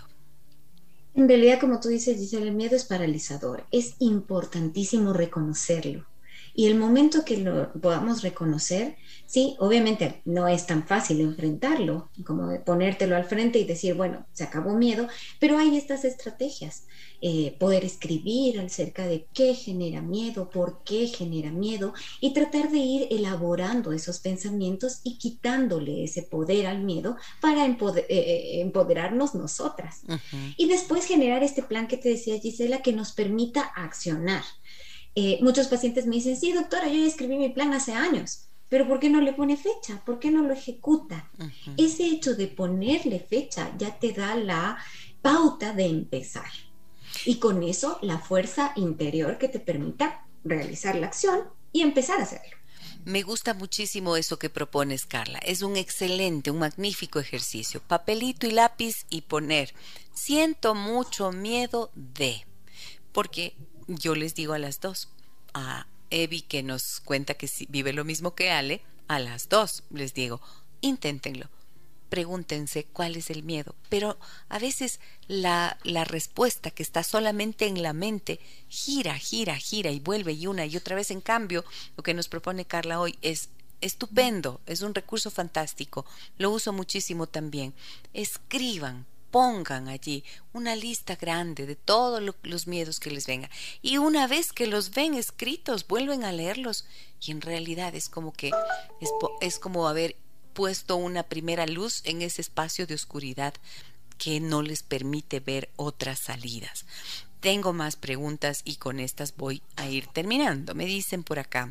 En realidad, como tú dices, Gisela, el miedo es paralizador. Es importantísimo reconocerlo. Y el momento que lo podamos reconocer, sí, obviamente no es tan fácil enfrentarlo, como de ponértelo al frente y decir, bueno, se acabó miedo, pero hay estas estrategias. Poder escribir acerca de qué genera miedo, por qué genera miedo, y tratar de ir elaborando esos pensamientos y quitándole ese poder al miedo para empoderarnos nosotras. Uh-huh. Y después generar este plan que te decía, Gisela, que nos permita accionar. Muchos pacientes me dicen, sí, doctora, yo ya escribí mi plan hace años, pero ¿por qué no le pone fecha? ¿Por qué no lo ejecuta? Uh-huh. Ese hecho de ponerle fecha ya te da la pauta de empezar. Y con eso, la fuerza interior que te permita realizar la acción y empezar a hacerlo. Me gusta muchísimo eso que propones, Carla. Es un magnífico ejercicio. Papelito y lápiz y poner, siento mucho miedo de, porque yo les digo a las dos, a Evi, que nos cuenta que vive lo mismo que Ale, a las dos les digo, inténtenlo, pregúntense cuál es el miedo, pero a veces la respuesta que está solamente en la mente gira y vuelve y una y otra vez. En cambio, lo que nos propone Carla hoy es estupendo, es un recurso fantástico, lo uso muchísimo también. Escriban, pongan allí una lista grande de todos los miedos que les vengan, y una vez que los ven escritos vuelven a leerlos, y en realidad es como que es como haber puesto una primera luz en ese espacio de oscuridad que no les permite ver otras salidas. Tengo más preguntas y con estas voy a ir terminando. Me dicen por acá,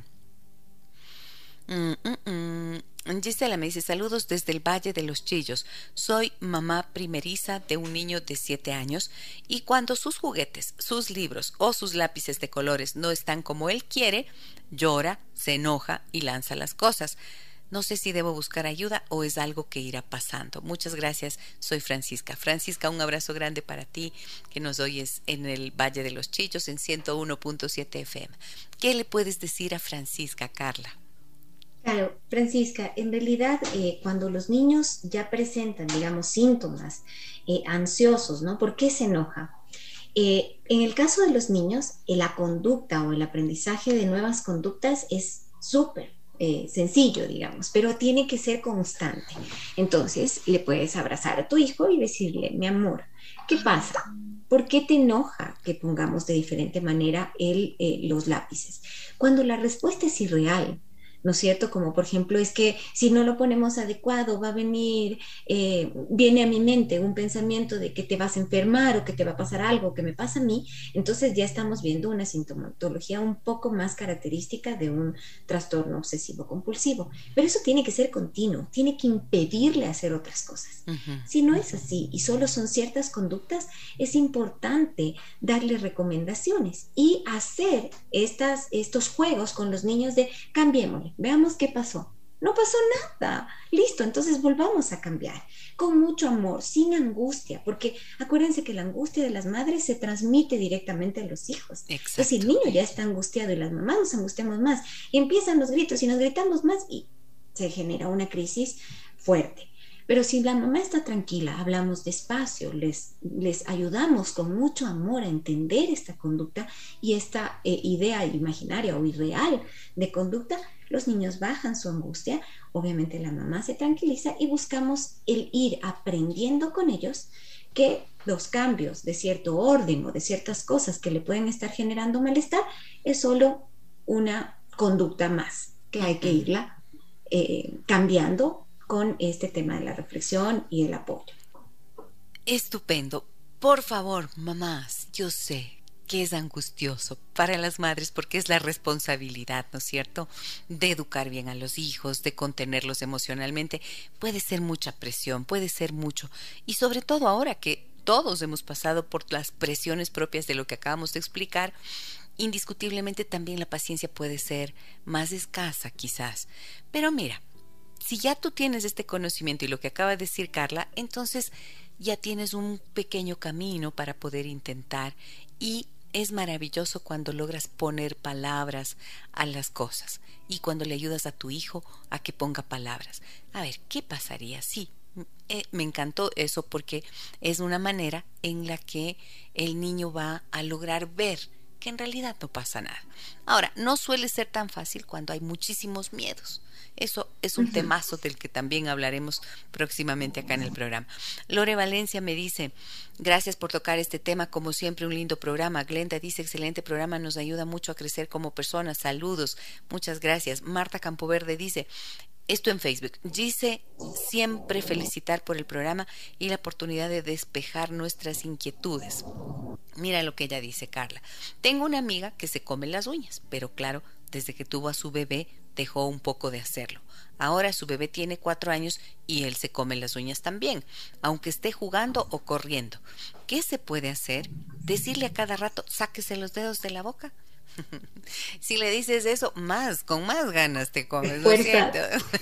Gisela me dice, saludos desde el Valle de los Chillos. Soy mamá primeriza de un niño de 7 años y cuando sus juguetes, sus libros o sus lápices de colores no están como él quiere, llora, se enoja y lanza las cosas. No sé si debo buscar ayuda o es algo que irá pasando. Muchas gracias, soy Francisca. Francisca, un abrazo grande para ti que nos oyes en el Valle de los Chillos en 101.7 FM. ¿Qué le puedes decir a Francisca, Carla? Claro, Francisca, en realidad cuando los niños ya presentan, digamos, síntomas ansiosos, ¿no? ¿Por qué se enoja? En el caso de los niños, la conducta o el aprendizaje de nuevas conductas es súper sencillo, digamos, pero tiene que ser constante. Entonces, le puedes abrazar a tu hijo y decirle, mi amor, ¿qué pasa? ¿por qué te enoja que pongamos de diferente manera los lápices? Cuando la respuesta es irreal, ¿no es cierto? Como por ejemplo, es que si no lo ponemos adecuado, va a venir, viene a mi mente un pensamiento de que te vas a enfermar o que te va a pasar algo que me pasa a mí, entonces ya estamos viendo una sintomatología un poco más característica de un trastorno obsesivo compulsivo. Pero eso tiene que ser continuo, tiene que impedirle hacer otras cosas. Si no es así y solo son ciertas conductas, es importante darle recomendaciones y hacer estos juegos con los niños de cambiémosle. Veamos qué pasó. No pasó nada. Listo, entonces volvamos a cambiar. Con mucho amor, sin angustia, porque acuérdense que la angustia de las madres se transmite directamente a los hijos. Exacto. Entonces, si el niño ya está angustiado y las mamás nos angustiamos más, y empiezan los gritos y nos gritamos más y se genera una crisis fuerte. Pero si la mamá está tranquila, hablamos despacio, les ayudamos con mucho amor a entender esta conducta y esta idea imaginaria o irreal de conducta, los niños bajan su angustia, obviamente la mamá se tranquiliza y buscamos el ir aprendiendo con ellos que los cambios de cierto orden o de ciertas cosas que le pueden estar generando malestar es solo una conducta más que hay que irla cambiando con este tema de la reflexión y el apoyo. Estupendo. Por favor, mamás, yo sé que es angustioso para las madres porque es la responsabilidad, ¿no es cierto?, de educar bien a los hijos, de contenerlos emocionalmente. Puede ser mucha presión, puede ser mucho. Y sobre todo ahora que todos hemos pasado por las presiones propias de lo que acabamos de explicar, indiscutiblemente también la paciencia puede ser más escasa quizás. Pero mira, si ya tú tienes este conocimiento y lo que acaba de decir Carla, entonces ya tienes un pequeño camino para poder intentar y es maravilloso cuando logras poner palabras a las cosas y cuando le ayudas a tu hijo a que ponga palabras. A ver, ¿qué pasaría? Sí, me encantó eso porque es una manera en la que el niño va a lograr ver que en realidad no pasa nada. Ahora, no suele ser tan fácil cuando hay muchísimos miedos. Eso es un temazo del que también hablaremos próximamente acá en el programa. Lore Valencia me dice, gracias por tocar este tema, como siempre un lindo programa. Glenda dice, excelente programa, nos ayuda mucho a crecer como personas. Saludos, muchas gracias. Marta Campoverde dice, esto en Facebook, dice, siempre felicitar por el programa y la oportunidad de despejar nuestras inquietudes. Mira lo que ella dice, Carla. Tengo una amiga que se come las uñas, pero claro, desde que tuvo a su bebé dejó un poco de hacerlo. Ahora su bebé tiene 4 años y él se come las uñas también, aunque esté jugando o corriendo. ¿Qué se puede hacer? ¿Decirle a cada rato, sáquese los dedos de la boca? Si le dices eso, con más ganas te comes, ¿no es cierto?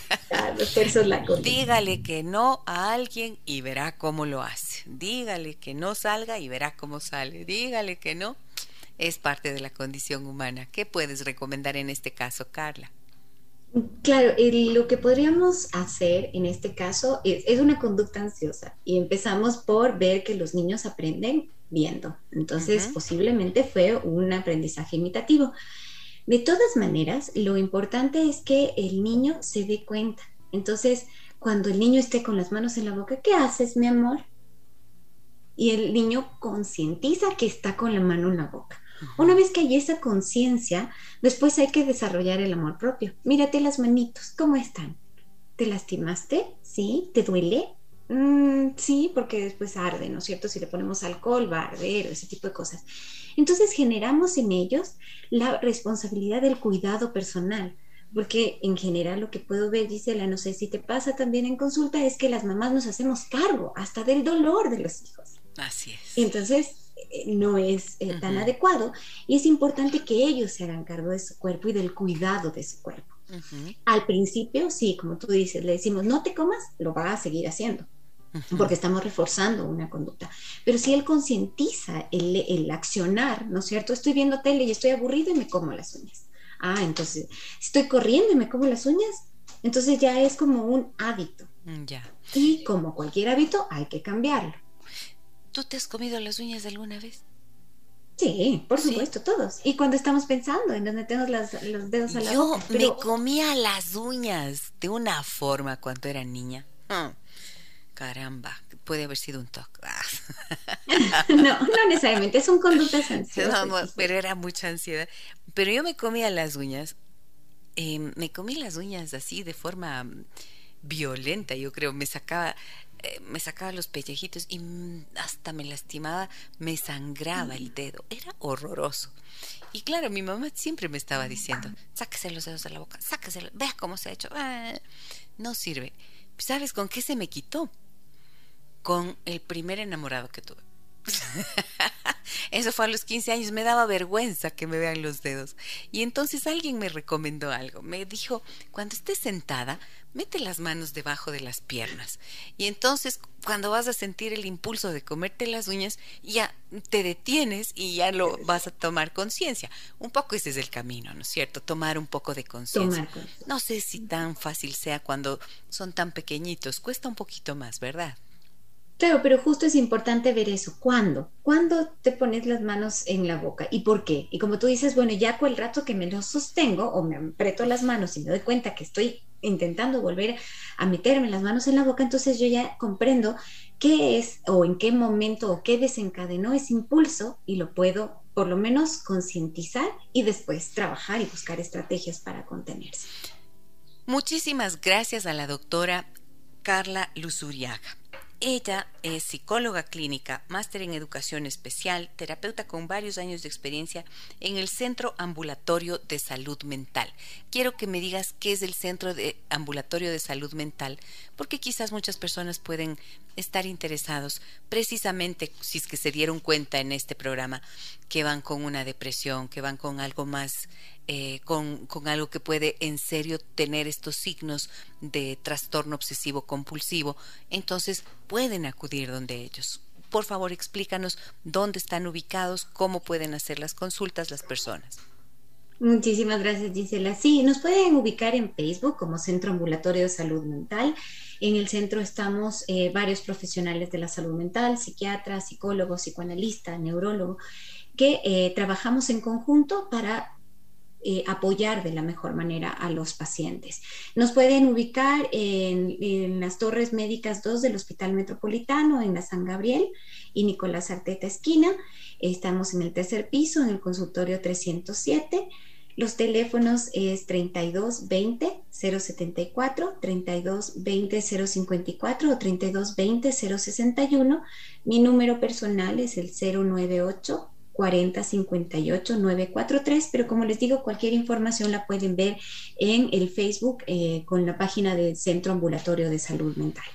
Dígale que no a alguien y verá cómo lo hace. Dígale que no salga y verá cómo sale. Dígale que no. Es parte de la condición humana. ¿Qué puedes recomendar en este caso, Carla? Claro, lo que podríamos hacer en este caso es una conducta ansiosa y empezamos por ver que los niños aprenden viendo. Entonces, posiblemente fue un aprendizaje imitativo. De todas maneras, lo importante es que el niño se dé cuenta. Entonces, cuando el niño esté con las manos en la boca, ¿qué haces, mi amor? Y el niño concientiza que está con la mano en la boca. Una vez que hay esa conciencia, después hay que desarrollar el amor propio. Mírate las manitos, ¿cómo están? ¿Te lastimaste? ¿Sí? ¿Te duele? Sí, porque después arde, ¿no es cierto? Si le ponemos alcohol va a arder, ese tipo de cosas. Entonces generamos en ellos la responsabilidad del cuidado personal, porque en general lo que puedo ver, Gisela, no sé si te pasa también en consulta, es que las mamás nos hacemos cargo hasta del dolor de los hijos. Así es. Entonces no es tan adecuado y es importante que ellos se hagan cargo de su cuerpo y del cuidado de su cuerpo. Al principio, sí, como tú dices, le decimos no te comas, lo va a seguir haciendo porque estamos reforzando una conducta. Pero si él concientiza el accionar, ¿no es cierto? Estoy viendo tele y estoy aburrido y me como las uñas. Entonces, estoy corriendo y me como las uñas, entonces ya es como un hábito. Ya. Y como cualquier hábito, hay que cambiarlo. ¿Tú te has comido las uñas alguna vez? Sí, por supuesto, todos. Y cuando estamos pensando en donde tenemos los dedos a la boca. Yo me comía las uñas de una forma cuando era niña. Caramba, puede haber sido un toque. No, no necesariamente, son conductas No, ansiosas, pero Gisela. era mucha ansiedad. Pero yo me comía las uñas, me comí las uñas así de forma violenta, yo creo, me sacaba los pellejitos y hasta me lastimaba, me sangraba el dedo, era horroroso. Y claro, mi mamá siempre me estaba diciendo, sáquese los dedos de la boca, sáquese, vea cómo se ha hecho. No sirve. ¿Sabes con qué se me quitó? Con el primer enamorado que tuve. Eso fue a los 15 años, me daba vergüenza que me vean los dedos. Y entonces alguien me recomendó algo. Me dijo, cuando estés sentada, mete las manos debajo de las piernas. Y entonces, cuando vas a sentir el impulso de comerte las uñas, ya te detienes y ya lo vas a tomar conciencia. Un poco ese es el camino, ¿no es cierto? Tomar un poco de conciencia. Tomar cosas. No sé si tan fácil sea cuando son tan pequeñitos. Cuesta un poquito más, ¿verdad? Claro, pero justo es importante ver eso. ¿Cuándo? ¿Cuándo te pones las manos en la boca? ¿Y por qué? Y como tú dices, bueno, ya con el rato que me lo sostengo o me aprieto las manos y me doy cuenta que estoy intentando volver a meterme las manos en la boca, entonces yo ya comprendo qué es o en qué momento o qué desencadenó ese impulso y lo puedo por lo menos concientizar y después trabajar y buscar estrategias para contenerse. Muchísimas gracias a la doctora Carla Luzuriaga. Ella es psicóloga clínica, máster en educación especial, terapeuta con varios años de experiencia en el Centro Ambulatorio de Salud Mental. Quiero que me digas qué es el Centro de Ambulatorio de Salud Mental, porque quizás muchas personas pueden estar interesados, precisamente si es que se dieron cuenta en este programa, que van con una depresión, que van con algo más, con algo que puede en serio tener estos signos de trastorno obsesivo compulsivo, entonces pueden acudir donde ellos. Por favor, explícanos dónde están ubicados, cómo pueden hacer las consultas las personas. Muchísimas gracias, Gisela. Sí, nos pueden ubicar en Facebook como Centro Ambulatorio de Salud Mental. En el centro estamos varios profesionales de la salud mental, psiquiatras, psicólogos, psicoanalistas, neurólogos, que trabajamos en conjunto para apoyar de la mejor manera a los pacientes. Nos pueden ubicar en las Torres Médicas 2 del Hospital Metropolitano, en la San Gabriel y Nicolás Arteta esquina. Estamos en el tercer piso, en el consultorio 307. Los teléfonos es 3220-074, 3220-054 o 3220-061. Mi número personal es el 098 40 58 943, pero como les digo, cualquier información la pueden ver en el Facebook con la página del Centro Ambulatorio de Salud Mental.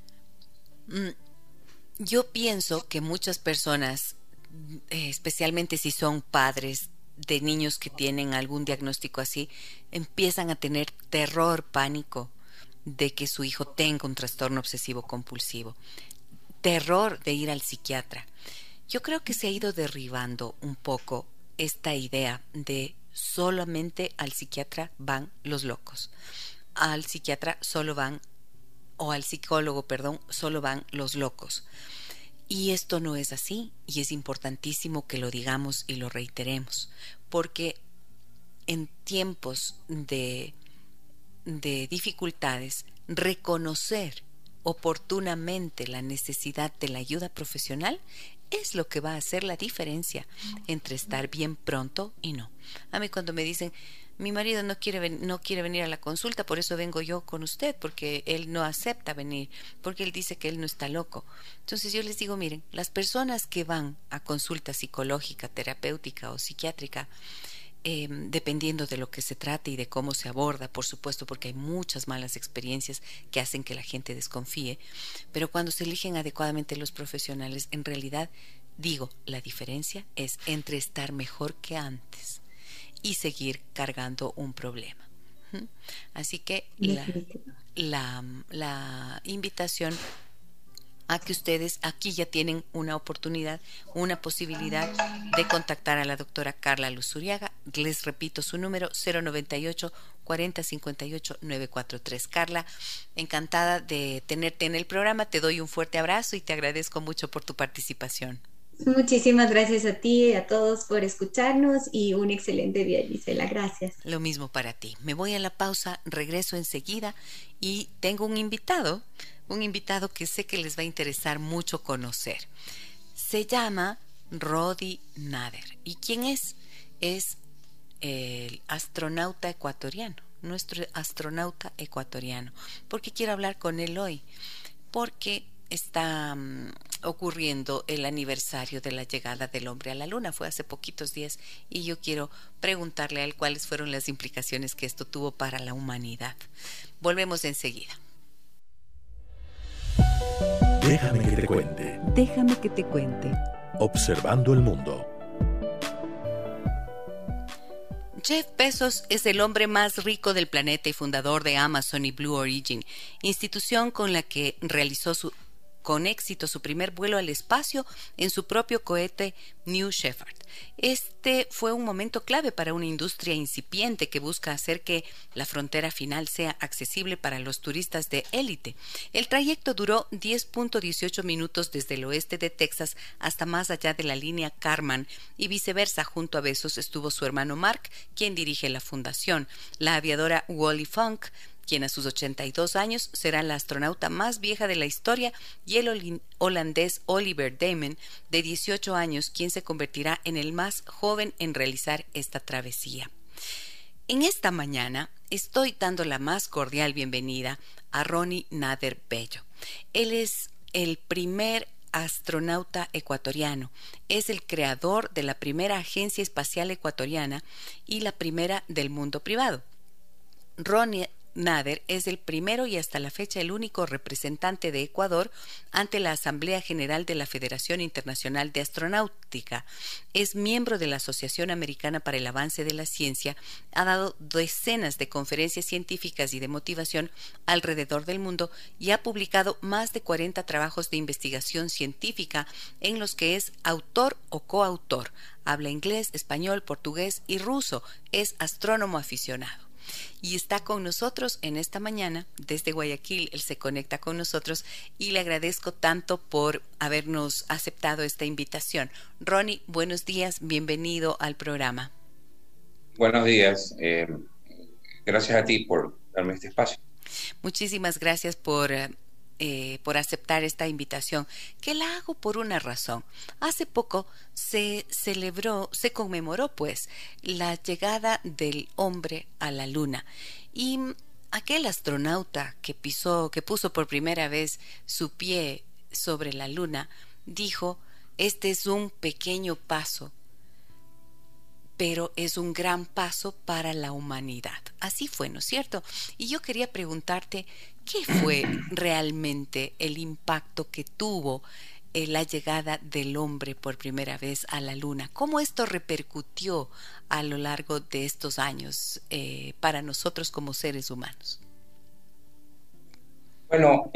Yo pienso que muchas personas, especialmente si son padres de niños que tienen algún diagnóstico así, empiezan a tener terror, pánico de que su hijo tenga un trastorno obsesivo compulsivo, terror de ir al psiquiatra. Yo creo que se ha ido derribando un poco esta idea de solamente al psiquiatra van los locos, al psiquiatra solo van, o al psicólogo, perdón, solo van los locos. Y esto no es así, y es importantísimo que lo digamos y lo reiteremos, porque en tiempos de dificultades, reconocer oportunamente la necesidad de la ayuda profesional es lo que va a hacer la diferencia entre estar bien pronto y no. A mí cuando me dicen, mi marido no quiere venir a la consulta, por eso vengo yo con usted, porque él no acepta venir, porque él dice que él no está loco. Entonces yo les digo, miren, las personas que van a consulta psicológica, terapéutica o psiquiátrica, dependiendo de lo que se trate y de cómo se aborda, por supuesto, porque hay muchas malas experiencias que hacen que la gente desconfíe, pero cuando se eligen adecuadamente los profesionales, en realidad, digo, la diferencia es entre estar mejor que antes y seguir cargando un problema. Así que la invitación a que ustedes aquí ya tienen una oportunidad, una posibilidad de contactar a la doctora Carla Luzuriaga. Les repito su número, 098 40 58 943. Carla, encantada de tenerte en el programa, te doy un fuerte abrazo y te agradezco mucho por tu participación. Muchísimas gracias a ti y a todos por escucharnos y un excelente día, Gisela. Gracias. Lo mismo para ti. Me voy a la pausa, regreso enseguida y tengo un invitado que sé que les va a interesar mucho conocer. Se llama Rodi Nader. ¿Y quién es? Es el astronauta ecuatoriano, nuestro astronauta ecuatoriano. ¿Por qué quiero hablar con él hoy? Porque está ocurriendo el aniversario de la llegada del hombre a la luna. Fue hace poquitos días y yo quiero preguntarle a él cuáles fueron las implicaciones que esto tuvo para la humanidad. Volvemos enseguida. Déjame que te cuente. Déjame que te cuente. Observando el mundo. Jeff Bezos es el hombre más rico del planeta y fundador de Amazon y Blue Origin, institución con la que realizó con éxito su primer vuelo al espacio en su propio cohete New Shepard. Este fue un momento clave para una industria incipiente que busca hacer que la frontera final sea accesible para los turistas de élite. El trayecto duró 10.18 minutos desde el oeste de Texas hasta más allá de la línea Kármán y viceversa. Junto a Bezos estuvo su hermano Mark, quien dirige la fundación, la aviadora Wally Funk, quien a sus 82 años será la astronauta más vieja de la historia, y el holandés Oliver Damon, de 18 años, quien se convertirá en el más joven en realizar esta travesía. En esta mañana estoy dando la más cordial bienvenida a Rodi Nader Bello. Él es el primer astronauta ecuatoriano, es el creador de la primera agencia espacial ecuatoriana y la primera del mundo privado. Rodi Nader es el primero y hasta la fecha el único representante de Ecuador ante la Asamblea General de la Federación Internacional de Astronáutica. Es miembro de la Asociación Americana para el Avance de la Ciencia, ha dado decenas de conferencias científicas y de motivación alrededor del mundo y ha publicado más de 40 trabajos de investigación científica en los que es autor o coautor. Habla inglés, español, portugués y ruso. Es astrónomo aficionado. Y está con nosotros en esta mañana, desde Guayaquil. Él se conecta con nosotros y le agradezco tanto por habernos aceptado esta invitación. Rodi, buenos días, bienvenido al programa. Buenos días, gracias a ti por darme este espacio. Muchísimas gracias por aceptar esta invitación, que la hago por una razón. Hace poco se conmemoró pues la llegada del hombre a la luna, y aquel astronauta que puso por primera vez su pie sobre la luna dijo: este es un pequeño paso, pero es un gran paso para la humanidad. Así fue, ¿no es cierto? Y yo quería preguntarte, ¿qué fue realmente el impacto que tuvo la llegada del hombre por primera vez a la luna? ¿Cómo esto repercutió a lo largo de estos años para nosotros como seres humanos? Bueno,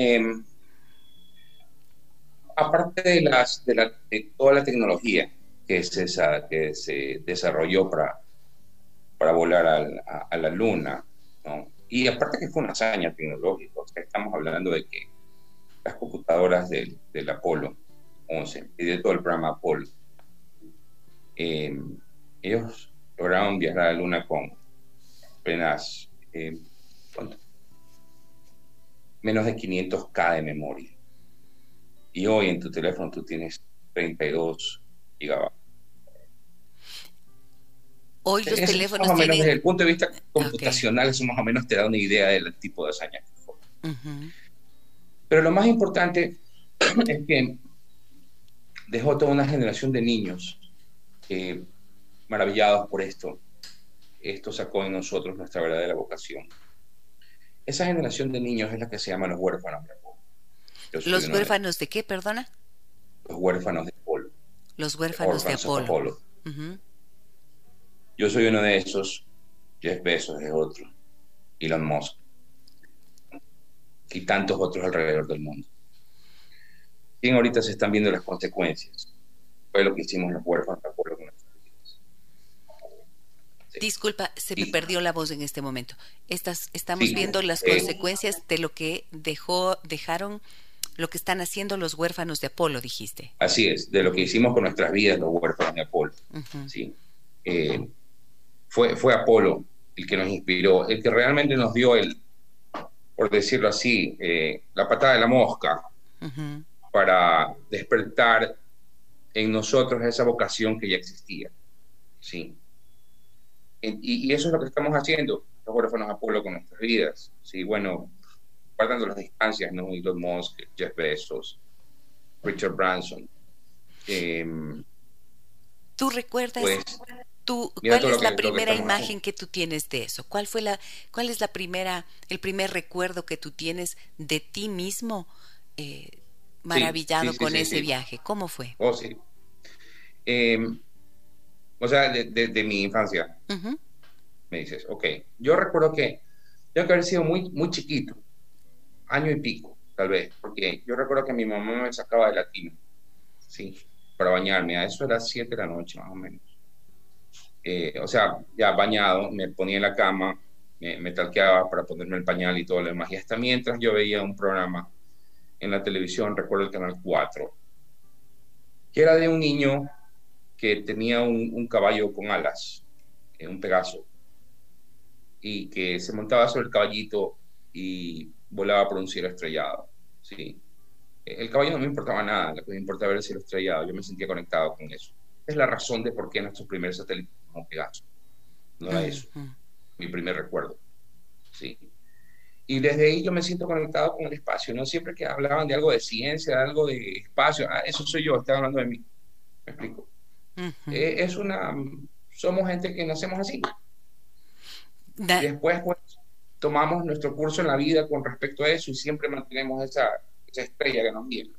aparte de toda la tecnología que se desarrolló para volar a la luna, ¿no? Y aparte que fue una hazaña tecnológica, o sea, estamos hablando de que las computadoras del Apolo 11 y de todo el programa Apolo, ellos lograron viajar a la luna con apenas menos de 500K de memoria. Y hoy en tu teléfono tú tienes 32 gigabytes. Hoy los teléfonos más o menos tienen... desde el punto de vista computacional, okay, eso más o menos te da una idea del tipo de hazaña que fue. Uh-huh. Pero lo más importante es que dejó toda una generación de niños maravillados por esto. Esto sacó en nosotros nuestra verdadera vocación. Esa generación de niños es la que se llama los huérfanos de Apolo. ¿Los huérfanos de qué, perdona? Los huérfanos de Apolo. Los huérfanos de Apolo. Uh-huh. Yo soy uno de esos, Jeff Bezos es otro, Elon Musk y tantos otros alrededor del mundo. Y ahorita se están viendo las consecuencias. Fue lo que hicimos los huérfanos de Apolo con nuestras vidas. Sí. Disculpa, me perdió la voz en este momento. Estamos viendo las consecuencias de lo que dejaron lo que están haciendo los huérfanos de Apolo, dijiste. Así es, de lo que hicimos con nuestras vidas los huérfanos de Apolo. ¿Sí? Fue Apolo el que nos inspiró, el que realmente nos dio por decirlo así, la patada de la mosca para despertar en nosotros esa vocación que ya existía. ¿Sí? Y eso es lo que estamos haciendo, los huérfanos de Apolo, con nuestras vidas. ¿Sí? Bueno, guardando las distancias, ¿no? Elon Musk, Jeff Bezos, Richard Branson. ¿Tú recuerdas? Pues, ¿Cuál es la primera imagen que tú tienes de eso? ¿Cuál es el primer recuerdo que tú tienes de ti mismo maravillado con ese viaje? ¿Cómo fue? Oh, sí. O sea, de mi infancia. Me dices, ok. Yo recuerdo que tengo que haber sido muy, muy chiquito, año y pico, tal vez, porque yo recuerdo que mi mamá me sacaba de la tina, ¿sí? Para bañarme. A eso era 7 de la noche, más o menos. O sea, ya bañado, me ponía en la cama, me talqueaba para ponerme el pañal y todo lo demás. Y hasta mientras yo veía un programa en la televisión, recuerdo el Canal 4, que era de un niño que tenía un caballo con alas, un Pegaso, y que se montaba sobre el caballito y volaba por un cielo estrellado. ¿Sí? El caballo no me importaba nada, lo que me importaba era el cielo estrellado, yo me sentía conectado con eso. Es la razón de por qué nuestros primeros satélites fueron Pegaso. No era eso, mi primer recuerdo. ¿Sí? Y desde ahí yo me siento conectado con el espacio, ¿no? Siempre que hablaban de algo de ciencia, de algo de espacio, eso soy yo, estaba hablando de mí. ¿Me explico? Somos gente que nacemos así. Y después, pues, tomamos nuestro curso en la vida con respecto a eso y siempre mantenemos esa estrella que nos guía.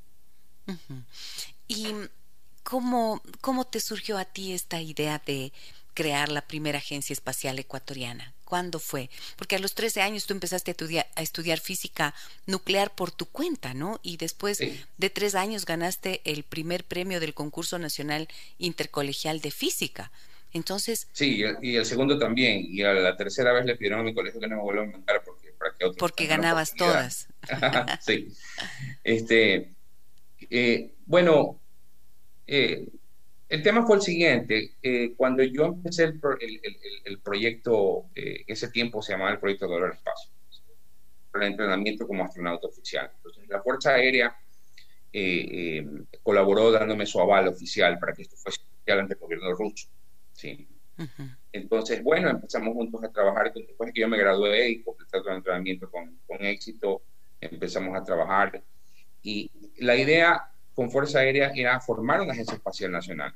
¿Y cómo te surgió a ti esta idea de crear la primera agencia espacial ecuatoriana? ¿Cuándo fue? Porque a los 13 años tú empezaste a estudiar física nuclear por tu cuenta, ¿no? Y después de 3 años ganaste el primer premio del Concurso Nacional Intercolegial de Física. Entonces... Sí, y el segundo también. Y a la tercera vez le pidieron a mi colegio que no me vuelva a mandar porque ganabas todas. Sí. Bueno, el tema fue el siguiente. Cuando yo empecé el proyecto, en ese tiempo se llamaba el Proyecto Dolor al Espacio, el entrenamiento como astronauta oficial. Entonces, la Fuerza Aérea colaboró dándome su aval oficial para que esto fuese oficial ante el gobierno ruso. ¿Sí? Entonces, bueno, empezamos juntos a trabajar. Después de que yo me gradué y completé todo el entrenamiento con éxito, empezamos a trabajar. Y la idea con Fuerza Aérea era formar una agencia espacial nacional.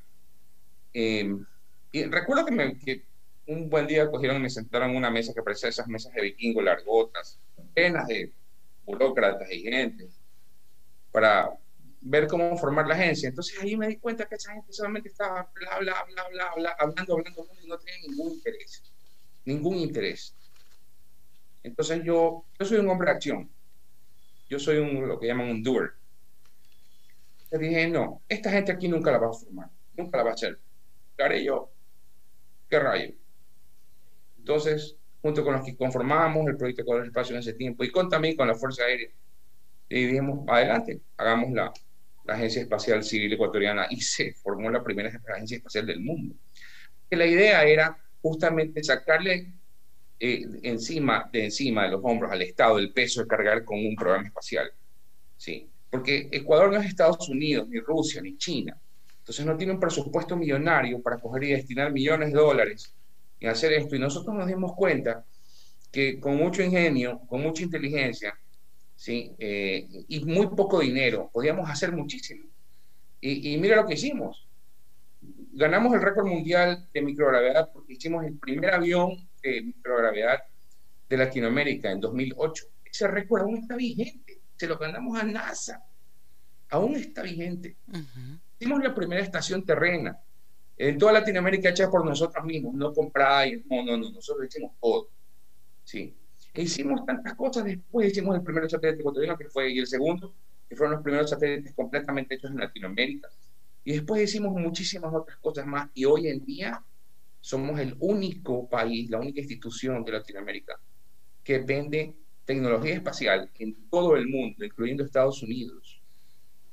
Y recuerdo que un buen día cogieron y me sentaron en una mesa que parecía esas mesas de vikingo largotas, llenas de burócratas y gente, para ver cómo formar la agencia. Entonces ahí me di cuenta que esa gente solamente estaba bla, bla, bla, bla, bla, hablando, y no tenía ningún interés. Entonces yo soy un hombre de acción. Yo soy lo que llaman un doer. Le dije, no, esta gente aquí nunca la va a formar, nunca la va a hacer. ¿Qué haré yo? ¿Qué rayo? Entonces, junto con los que conformábamos el proyecto Color Espacio en ese tiempo y también con la Fuerza Aérea, y dijimos, adelante, hagamos la Agencia Espacial Civil Ecuatoriana, y se formó la primera agencia espacial del mundo. Que la idea era justamente sacarle encima de los hombros al Estado el peso de cargar con un programa espacial. ¿Sí? Porque Ecuador no es Estados Unidos, ni Rusia, ni China. Entonces no tiene un presupuesto millonario para coger y destinar millones de dólares en hacer esto. Y nosotros nos dimos cuenta que con mucho ingenio, con mucha inteligencia, ¿sí? Y muy poco dinero, podíamos hacer muchísimo. Y mira lo que hicimos. Ganamos el récord mundial de microgravedad porque hicimos el primer avión de microgravedad de Latinoamérica en 2008. Ese récord aún está vigente. Se lo ganamos a NASA. Aún está vigente. Hicimos la primera estación terrena en toda Latinoamérica hecha por nosotros mismos, no comprada. No. Nosotros hicimos todo. Sí. E hicimos tantas cosas. Después hicimos el primer satélite ecuatoriano y el segundo, que fueron los primeros satélites completamente hechos en Latinoamérica. Y después hicimos muchísimas otras cosas más. Y hoy en día somos el único país, la única institución de Latinoamérica que vende tecnología espacial en todo el mundo, incluyendo Estados Unidos,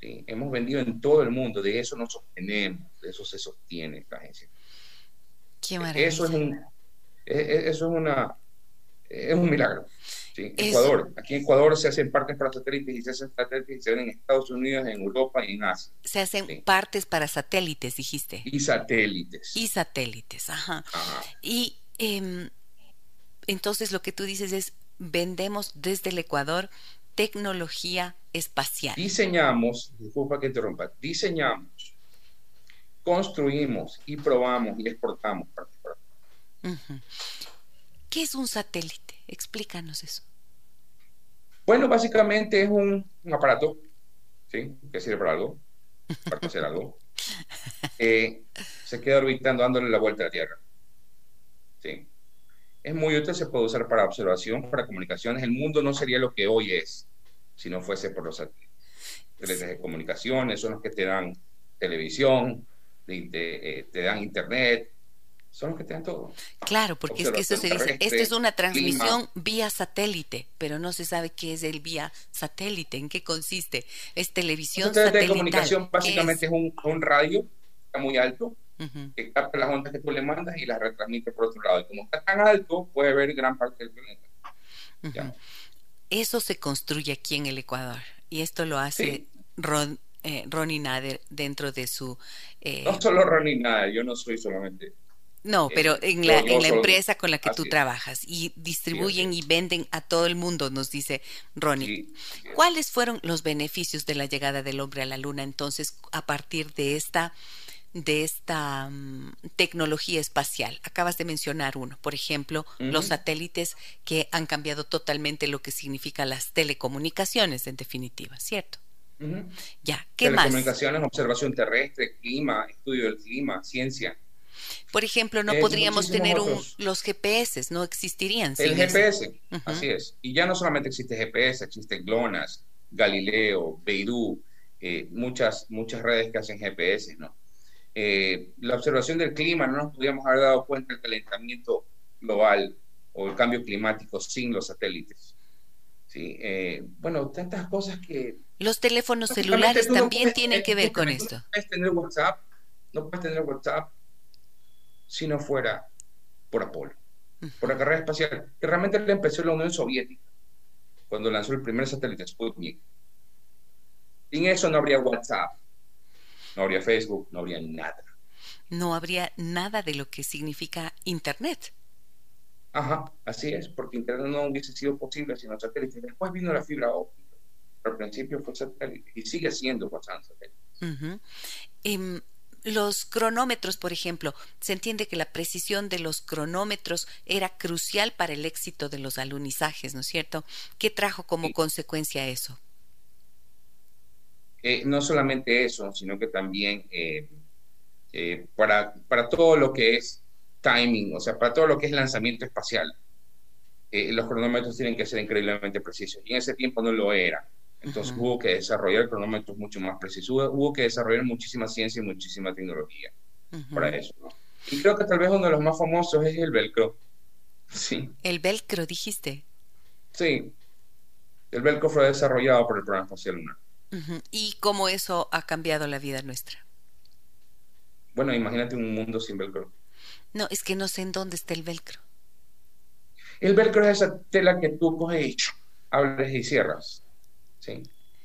¿sí? Hemos vendido en todo el mundo, de eso nos sostenemos, de eso se sostiene la agencia. Qué Eso es maravilla. un, eso es un milagro. ¿Sí? Es, Ecuador, aquí en Ecuador se hacen partes para satélites y se hacen satélites y se ven en Estados Unidos, en Europa y en Asia. se hacen ¿Sí? partes para satélites, dijiste. Y satélites. Y satélites, ajá. Ajá. Y entonces lo que tú dices es, vendemos desde el Ecuador tecnología espacial. Diseñamos, disculpa que interrumpa, diseñamos, construimos y probamos y exportamos partes para. Ujú. ¿Qué es un satélite? Explícanos eso. Bueno, básicamente es un aparato, ¿sí? Que sirve para algo, para hacer algo. Se queda orbitando, dándole la vuelta a la Tierra. ¿Sí? Es muy útil, se puede usar para observación, para comunicaciones. El mundo no sería lo que hoy es si no fuese por los satélites. De comunicaciones son los que te dan televisión, te dan internet, son los que te dan todo. Claro, porque es que eso Observación se dice, esto terrestre, es una clima. transmisión vía satélite, pero no se sabe qué es el vía satélite, en qué consiste. Es Un televisión satélite de satelital. comunicación ¿Qué es? básicamente es un radio, está muy alto, Ujú, que capta las ondas que tú le mandas y las retransmite por otro lado. Y como está tan alto, puede ver gran parte del planeta. ujú. ¿Ya? Eso se construye aquí en el Ecuador y esto lo hace Sí, Ronnie Nader dentro de su... no eh, solo Ronnie nada, yo no soy solamente, no, pero en yo la solo, empresa con la que tú así es, trabajas y sí, así distribuyen y es, venden a todo el mundo, nos dice Ronnie. sí, así es. ¿Cuáles fueron los beneficios de la llegada del hombre a la luna entonces a partir de esta tecnología espacial? Acabas de mencionar uno, por ejemplo, los Ujú, satélites que han cambiado totalmente lo que significa las telecomunicaciones en definitiva, ¿cierto? ujú. Ya, ¿qué más? Telecomunicaciones, observación terrestre, clima, estudio del clima, ciencia, Por ejemplo, no podríamos muchísimos tener otros. los GPS, no existirían El sin eso. GPS, Ujú. así es. Y ya no solamente existe GPS, existe GLONASS, Galileo, Beidou, muchas redes que hacen GPS, ¿no? La observación del clima, no nos podríamos haber dado cuenta del calentamiento global o el cambio climático sin los satélites. ¿Sí? Bueno, tantas cosas que Los teléfonos básicamente celulares tú no también puedes, tienen que ver con escúchame, tú esto. no puedes tener WhatsApp si no fuera por Apolo, por Ujú. la carrera espacial, que realmente la empezó la Unión Soviética cuando lanzó el primer satélite Sputnik. Sin eso no habría WhatsApp, no habría Facebook, no habría nada. No habría nada de lo que significa Internet. Ajá, así es, porque Internet no hubiese sido posible sin los satélites. Después vino la fibra óptica, pero al principio fue satélite y sigue siendo WhatsApp satélite. Ujú. Em, los cronómetros, por ejemplo, se entiende que la precisión de los cronómetros era crucial para el éxito de los alunizajes, ¿no es cierto? ¿Qué trajo como Y, consecuencia eso? no solamente eso, sino que también para todo lo que es timing, o sea, para todo lo que es lanzamiento espacial, los cronómetros tienen que ser increíblemente precisos. Y en ese tiempo no lo era. Entonces Ujú, hubo que desarrollar cronómetros mucho más precisos. Hubo que desarrollar muchísima ciencia y muchísima tecnología para ujú. eso, ¿no? Y creo que tal vez uno de los más famosos es el velcro. Sí, El velcro, dijiste. sí. El velcro fue desarrollado por el programa espacial lunar. Ujú. ¿Y cómo eso ha cambiado la vida nuestra? Bueno, imagínate un mundo sin velcro. No, es que no sé en dónde está el velcro. El velcro es esa tela que tú coges y abres y cierras. ¿Sí?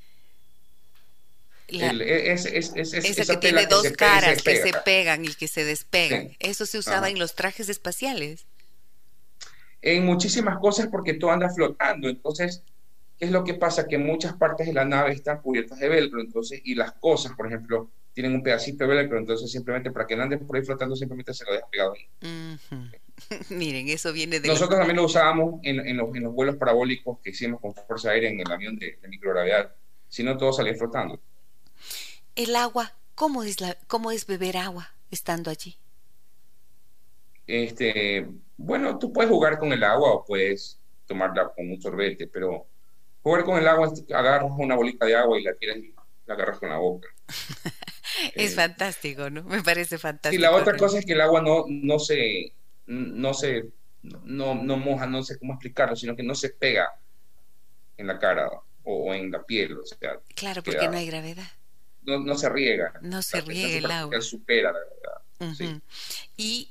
La, esa que Esa tiene tela que dos se caras que se pega. pegan y que se despegan. Sí. Eso se usaba Ajá. en los trajes espaciales. En muchísimas cosas porque todo anda flotando. Entonces, ¿qué es lo que pasa? Que muchas partes de la nave están cubiertas de velcro, entonces, y las cosas, por ejemplo, tienen un pedacito de velcro, entonces simplemente para que no anden por ahí flotando, simplemente se lo deja pegado ahí. Ujú. Miren, eso viene de los... Nosotros también lo usábamos en los vuelos parabólicos que hicimos con Fuerza Aérea en el avión de microgravedad, si no todo salía flotando. El agua, cómo es beber agua estando allí? Bueno, tú puedes jugar con el agua o puedes tomarla con un sorbete, pero jugar con el agua es que agarras una bolita de agua y la tiras y la agarras con la boca. Es Eh, fantástico, ¿no? Me parece Sí, la fantástico otra cosa realmente. es que el agua no se, no moja, no sé cómo explicarlo, sino que no se pega en la cara o en la piel, o sea, Claro, porque no queda, hay gravedad. no se riega. No se La presión riega el agua. superficial supera, la verdad. Sí. Y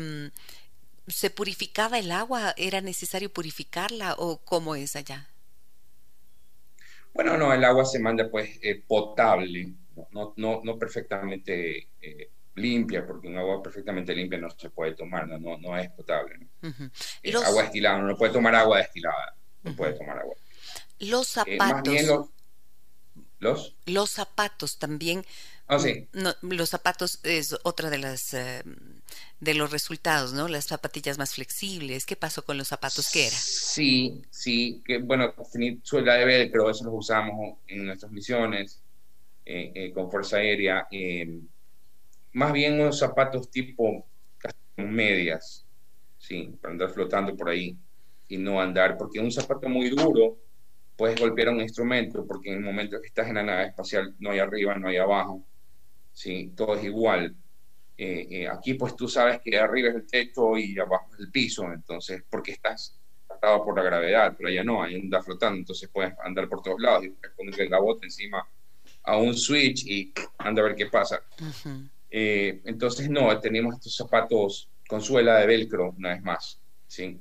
¿se purificaba el agua? ¿Era necesario purificarla o cómo es allá? Bueno, no, el agua se manda pues potable, no perfectamente limpia, porque un agua perfectamente limpia no se puede tomar, no es potable, ¿no? Ujú. Agua Los, destilada, uno no puede tomar agua destilada, no puede ujú. tomar agua. Los Más bien zapatos, los, los zapatos también, sí, los zapatos es otra de las de los resultados, ¿no? Las zapatillas más flexibles. ¿Qué pasó con los zapatos? ¿Qué era? sí, que bueno, suela de velcro, eso los usamos en nuestras misiones con Fuerza Aérea. Más bien unos zapatos tipo casi como medias, sí, para andar flotando por ahí y no andar, porque un zapato muy duro puedes golpear un instrumento, porque en el momento que estás en la nave espacial no hay arriba, no hay abajo, sí, todo es igual. Aquí pues tú sabes que arriba es el techo y abajo es el piso, entonces porque estás atado por la gravedad, pero allá no, ahí andas flotando, entonces puedes andar por todos lados y puedes ponerle el gabote encima a un switch y anda a ver qué pasa. Ujú. Entonces no, tenemos estos zapatos con suela de velcro, una vez más, ¿sí?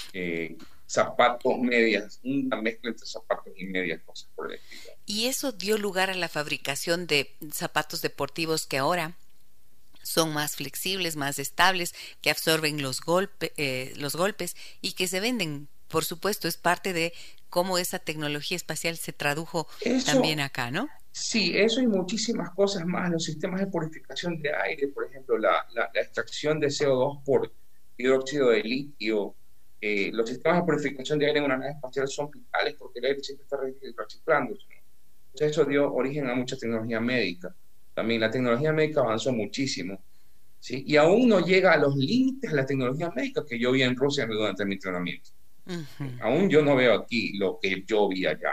Zapatos medias, una mezcla entre zapatos y medias, cosas por el estilo. Y eso dio lugar a la fabricación de zapatos deportivos que ahora son más flexibles, más estables, que absorben los golpes y que se venden. Por supuesto, es parte de cómo esa tecnología espacial se tradujo también Eso, acá, ¿no? sí, eso y muchísimas cosas más, los sistemas de purificación de aire, por ejemplo, la extracción de CO2 por hidróxido de litio, los sistemas de purificación de aire en una nave espacial son vitales porque el aire siempre está reciclándose, ¿no? Entonces eso dio origen a mucha tecnología médica. También la tecnología médica avanzó muchísimo, ¿sí? Y aún no llega a los límites de la tecnología médica que yo vi en Rusia durante mi entrenamiento. Ujú. Aún yo no veo aquí lo que yo vi allá.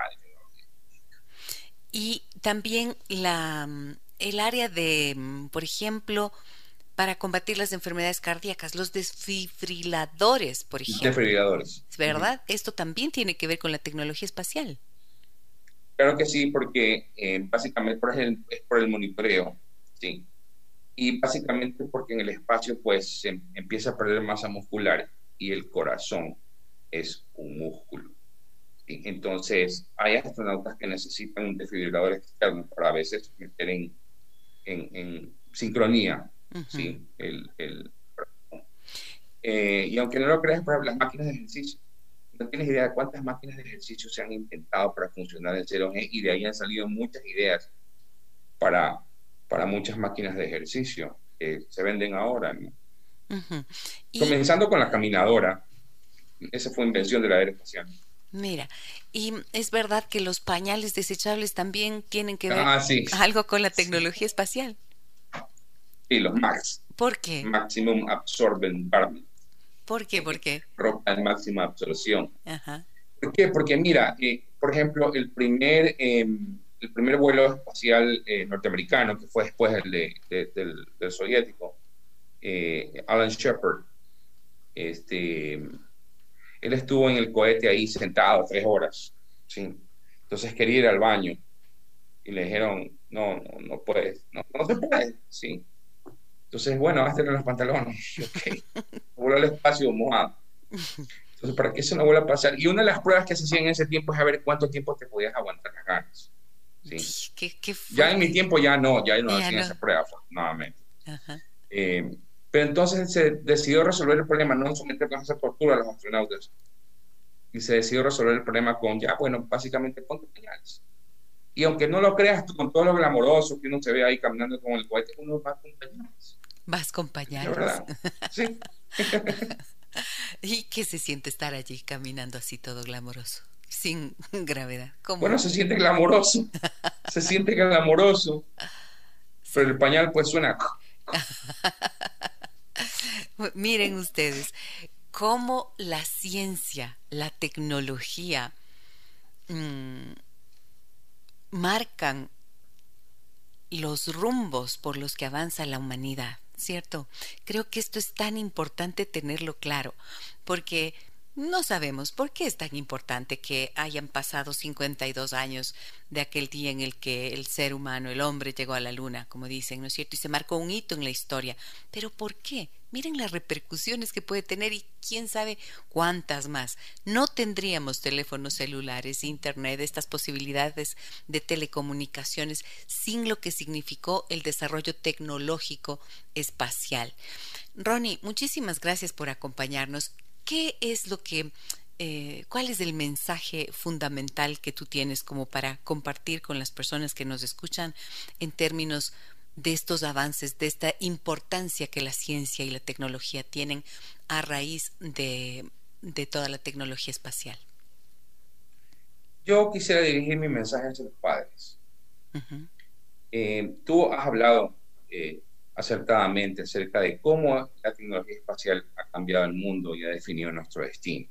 Y también el área de, por ejemplo, para combatir las enfermedades cardíacas, los desfibriladores, por ejemplo, Desfibriladores. ¿verdad? Esto también tiene que ver con la tecnología espacial. Claro que sí, porque básicamente es por el monitoreo, ¿sí? Y básicamente porque en el espacio pues se empieza a perder masa muscular y el corazón es un músculo, ¿sí? Entonces hay astronautas que necesitan un desfibrilador externo para a veces meter en sincronía, Ujú. ¿sí? Y aunque no lo creas, por las máquinas de ejercicio, no tienes idea de cuántas máquinas de ejercicio se han inventado para funcionar en 0G y de ahí han salido muchas ideas para, para muchas máquinas de ejercicio que se venden ahora, ¿no? Ujú. Y Comenzando con la caminadora, esa fue invención de la era espacial. mira, y es verdad que los pañales desechables también tienen que ver Ah, sí, algo con la sí, tecnología espacial. sí, los MAX, ¿Por qué? Maximum Absorbent Garment, ¿Por qué? ¿Por qué? ropa de máxima absorción. Ajá. ¿Por qué? Porque mira, por ejemplo, el primer vuelo espacial norteamericano, que fue después del soviético, Alan Shepard, este, él estuvo en el cohete ahí sentado 3 horas, ¿sí? Entonces quería ir al baño y le dijeron, no puedes, no se puede, ¿sí? Entonces, bueno, hazte los pantalones, y ok, voló al espacio mojado. Entonces, para que eso no vuelva a pasar. Y una de las pruebas que se hacían en ese tiempo es a ver cuánto tiempo te podías aguantar las ganas, ¿sí? Qué Ya en mi fuerte. tiempo ya no Ya hacían no. esa prueba, afortunadamente. Ajá. Eh, pero entonces se decidió resolver el problema, no someter con esa tortura a los astronautas. Y se decidió resolver el problema con, ya, bueno, básicamente ponte pañales. Y aunque no lo creas, tú, con todo lo glamoroso que uno se ve ahí caminando con el cohete, uno va con pañales. ¿Vas con La pañales? verdad, sí. ¿Y qué se siente estar allí caminando así todo glamoroso, sin gravedad? Bueno, ¿Cómo? se siente glamoroso, pero Sí. el pañal pues suena. Miren ustedes cómo la ciencia, la tecnología mm, marcan los rumbos por los que avanza la humanidad, ¿cierto? Creo que esto es tan importante tenerlo claro, porque No sabemos por qué es tan importante que hayan pasado 52 años de aquel día en el que el ser humano, el hombre, llegó a la luna, como dicen, ¿no es cierto? Y se marcó un hito en la historia. Pero ¿por qué? Miren las repercusiones que puede tener y quién sabe cuántas más. No tendríamos teléfonos celulares, internet, estas posibilidades de telecomunicaciones sin lo que significó el desarrollo tecnológico espacial. Ronnie, muchísimas gracias por acompañarnos. ¿Qué es lo que, cuál es el mensaje fundamental que tú tienes como para compartir con las personas que nos escuchan en términos de estos avances, de esta importancia que la ciencia y la tecnología tienen a raíz de toda la tecnología espacial? Yo quisiera dirigir mi mensaje hacia los padres. Uh-huh. Tú has hablado acertadamente acerca de cómo la tecnología espacial ha cambiado el mundo y ha definido nuestro destino.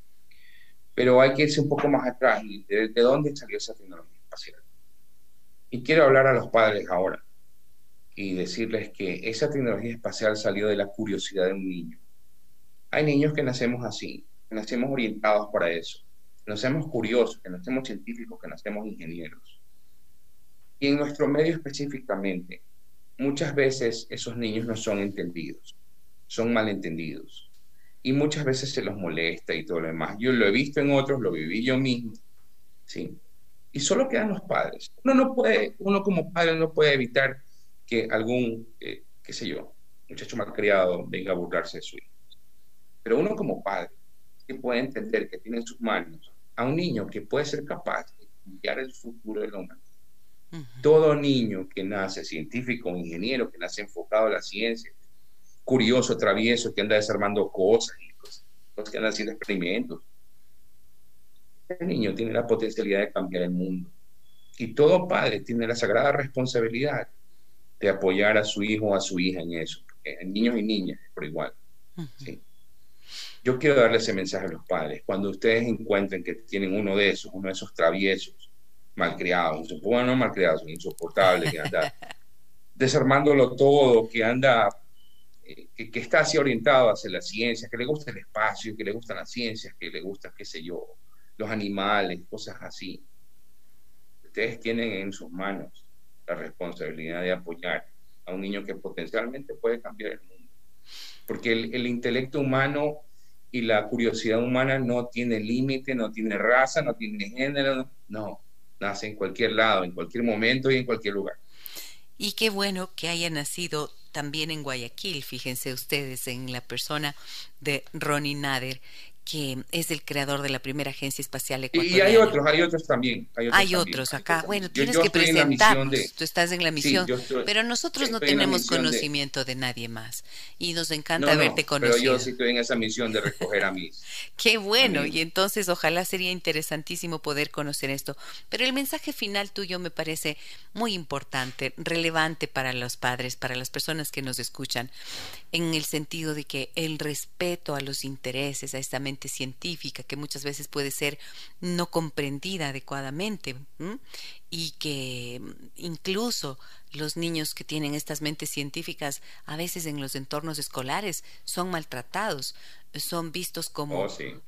Pero hay que irse un poco más atrás y de dónde salió esa tecnología espacial. Y quiero hablar a los padres ahora y decirles que esa tecnología espacial salió de la curiosidad de un niño. Hay niños que nacemos así, que nacemos orientados para eso, que nacemos curiosos, que nacemos científicos, que nacemos ingenieros. Y en nuestro medio específicamente, muchas veces esos niños no son entendidos, son malentendidos. Y muchas veces se los molesta y todo lo demás. Yo lo he visto en otros, lo viví yo mismo, ¿sí? Y solo quedan los padres. Uno como padre no puede evitar que algún, qué sé yo, muchacho malcriado venga a burlarse de su hijo. Pero uno como padre, que puede entender que tiene en sus manos a un niño que puede ser capaz de cambiar el futuro de la humanidad. Uh-huh. Todo niño que nace científico, ingeniero, que nace enfocado a la ciencia, curioso, travieso, que anda desarmando cosas y cosas que anda haciendo experimentos, el niño tiene la potencialidad de cambiar el mundo. Y todo padre tiene la sagrada responsabilidad de apoyar a su hijo o a su hija en eso, en niños y niñas, por igual. Uh-huh. ¿Sí? Yo quiero darle ese mensaje a los padres. Cuando ustedes encuentren que tienen uno de esos traviesos, malcriados, bueno, no malcriados, insoportables, que anda desarmándolo todo, que anda, que está así orientado hacia la ciencia, que le gusta el espacio, que le gustan las ciencias, que le gusta, qué sé yo, los animales, cosas así. Ustedes tienen en sus manos la responsabilidad de apoyar a un niño que potencialmente puede cambiar el mundo. Porque el intelecto humano y la curiosidad humana no tiene límite, no tiene raza, no tiene género, no. Nace en cualquier lado, en cualquier momento y en cualquier lugar. Y qué bueno que haya nacido también en Guayaquil, fíjense ustedes, en la persona de Ronnie Nader, que es el creador de la primera agencia espacial ecuatoriana. Y hay otros también. Hay otros acá. Bueno, tienes que presentarnos. Tú estás en la misión, pero nosotros no tenemos conocimiento de nadie más. Y nos encanta verte conocido. Pero yo sí estoy en esa misión de recoger a mis... Qué bueno, y entonces ojalá sería interesantísimo poder conocer esto. Pero el mensaje final tuyo me parece muy importante, relevante para los padres, para las personas que nos escuchan, en el sentido de que el respeto a los intereses, a esta mente científica que muchas veces puede ser no comprendida adecuadamente, y que incluso los niños que tienen estas mentes científicas a veces en los entornos escolares son maltratados, son vistos como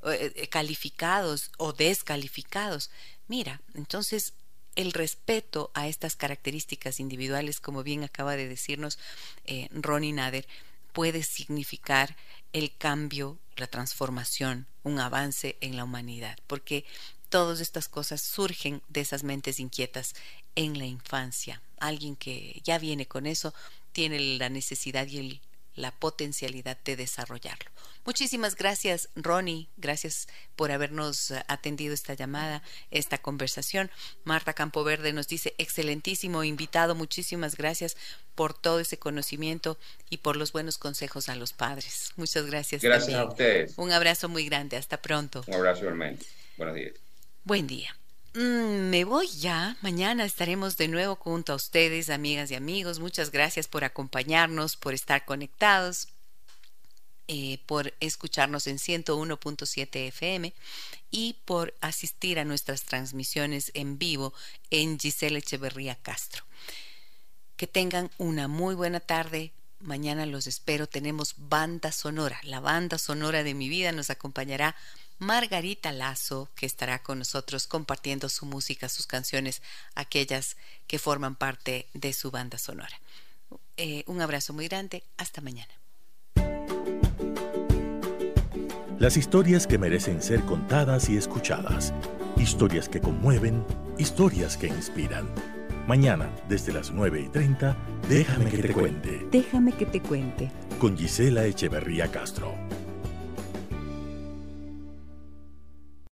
calificados o descalificados. Mira, entonces el respeto a estas características individuales, como bien acaba de decirnos Ronnie Nader, puede significar el cambio, la transformación, un avance en la humanidad, porque todas estas cosas surgen de esas mentes inquietas en la infancia. Alguien que ya viene con eso tiene la necesidad y la potencialidad de desarrollarlo. Muchísimas gracias, Ronnie. Gracias por habernos atendido esta llamada, esta conversación. Marta Campoverde nos dice, excelentísimo invitado. Muchísimas gracias por todo ese conocimiento y por los buenos consejos a los padres. Muchas gracias. Gracias también. A ustedes. Un abrazo muy grande. Hasta pronto. Un abrazo realmente. Buenos días. Buen día. Me voy ya. Mañana estaremos de nuevo junto a ustedes, amigas y amigos. Muchas gracias por acompañarnos, por estar conectados, por escucharnos en 101.7 FM y por asistir a nuestras transmisiones en vivo en Gisela Echeverría Castro. Que tengan una muy buena tarde. Mañana los espero. Tenemos banda sonora. La banda sonora de mi vida nos acompañará Margarita Lazo, que estará con nosotros compartiendo su música, sus canciones, aquellas que forman parte de su banda sonora. Un abrazo muy grande, hasta mañana. Las historias que merecen ser contadas y escuchadas. Historias que conmueven, historias que inspiran. Mañana, desde las 9:30, déjame que te cuente. Déjame que te cuente. Con Gisela Echeverría Castro.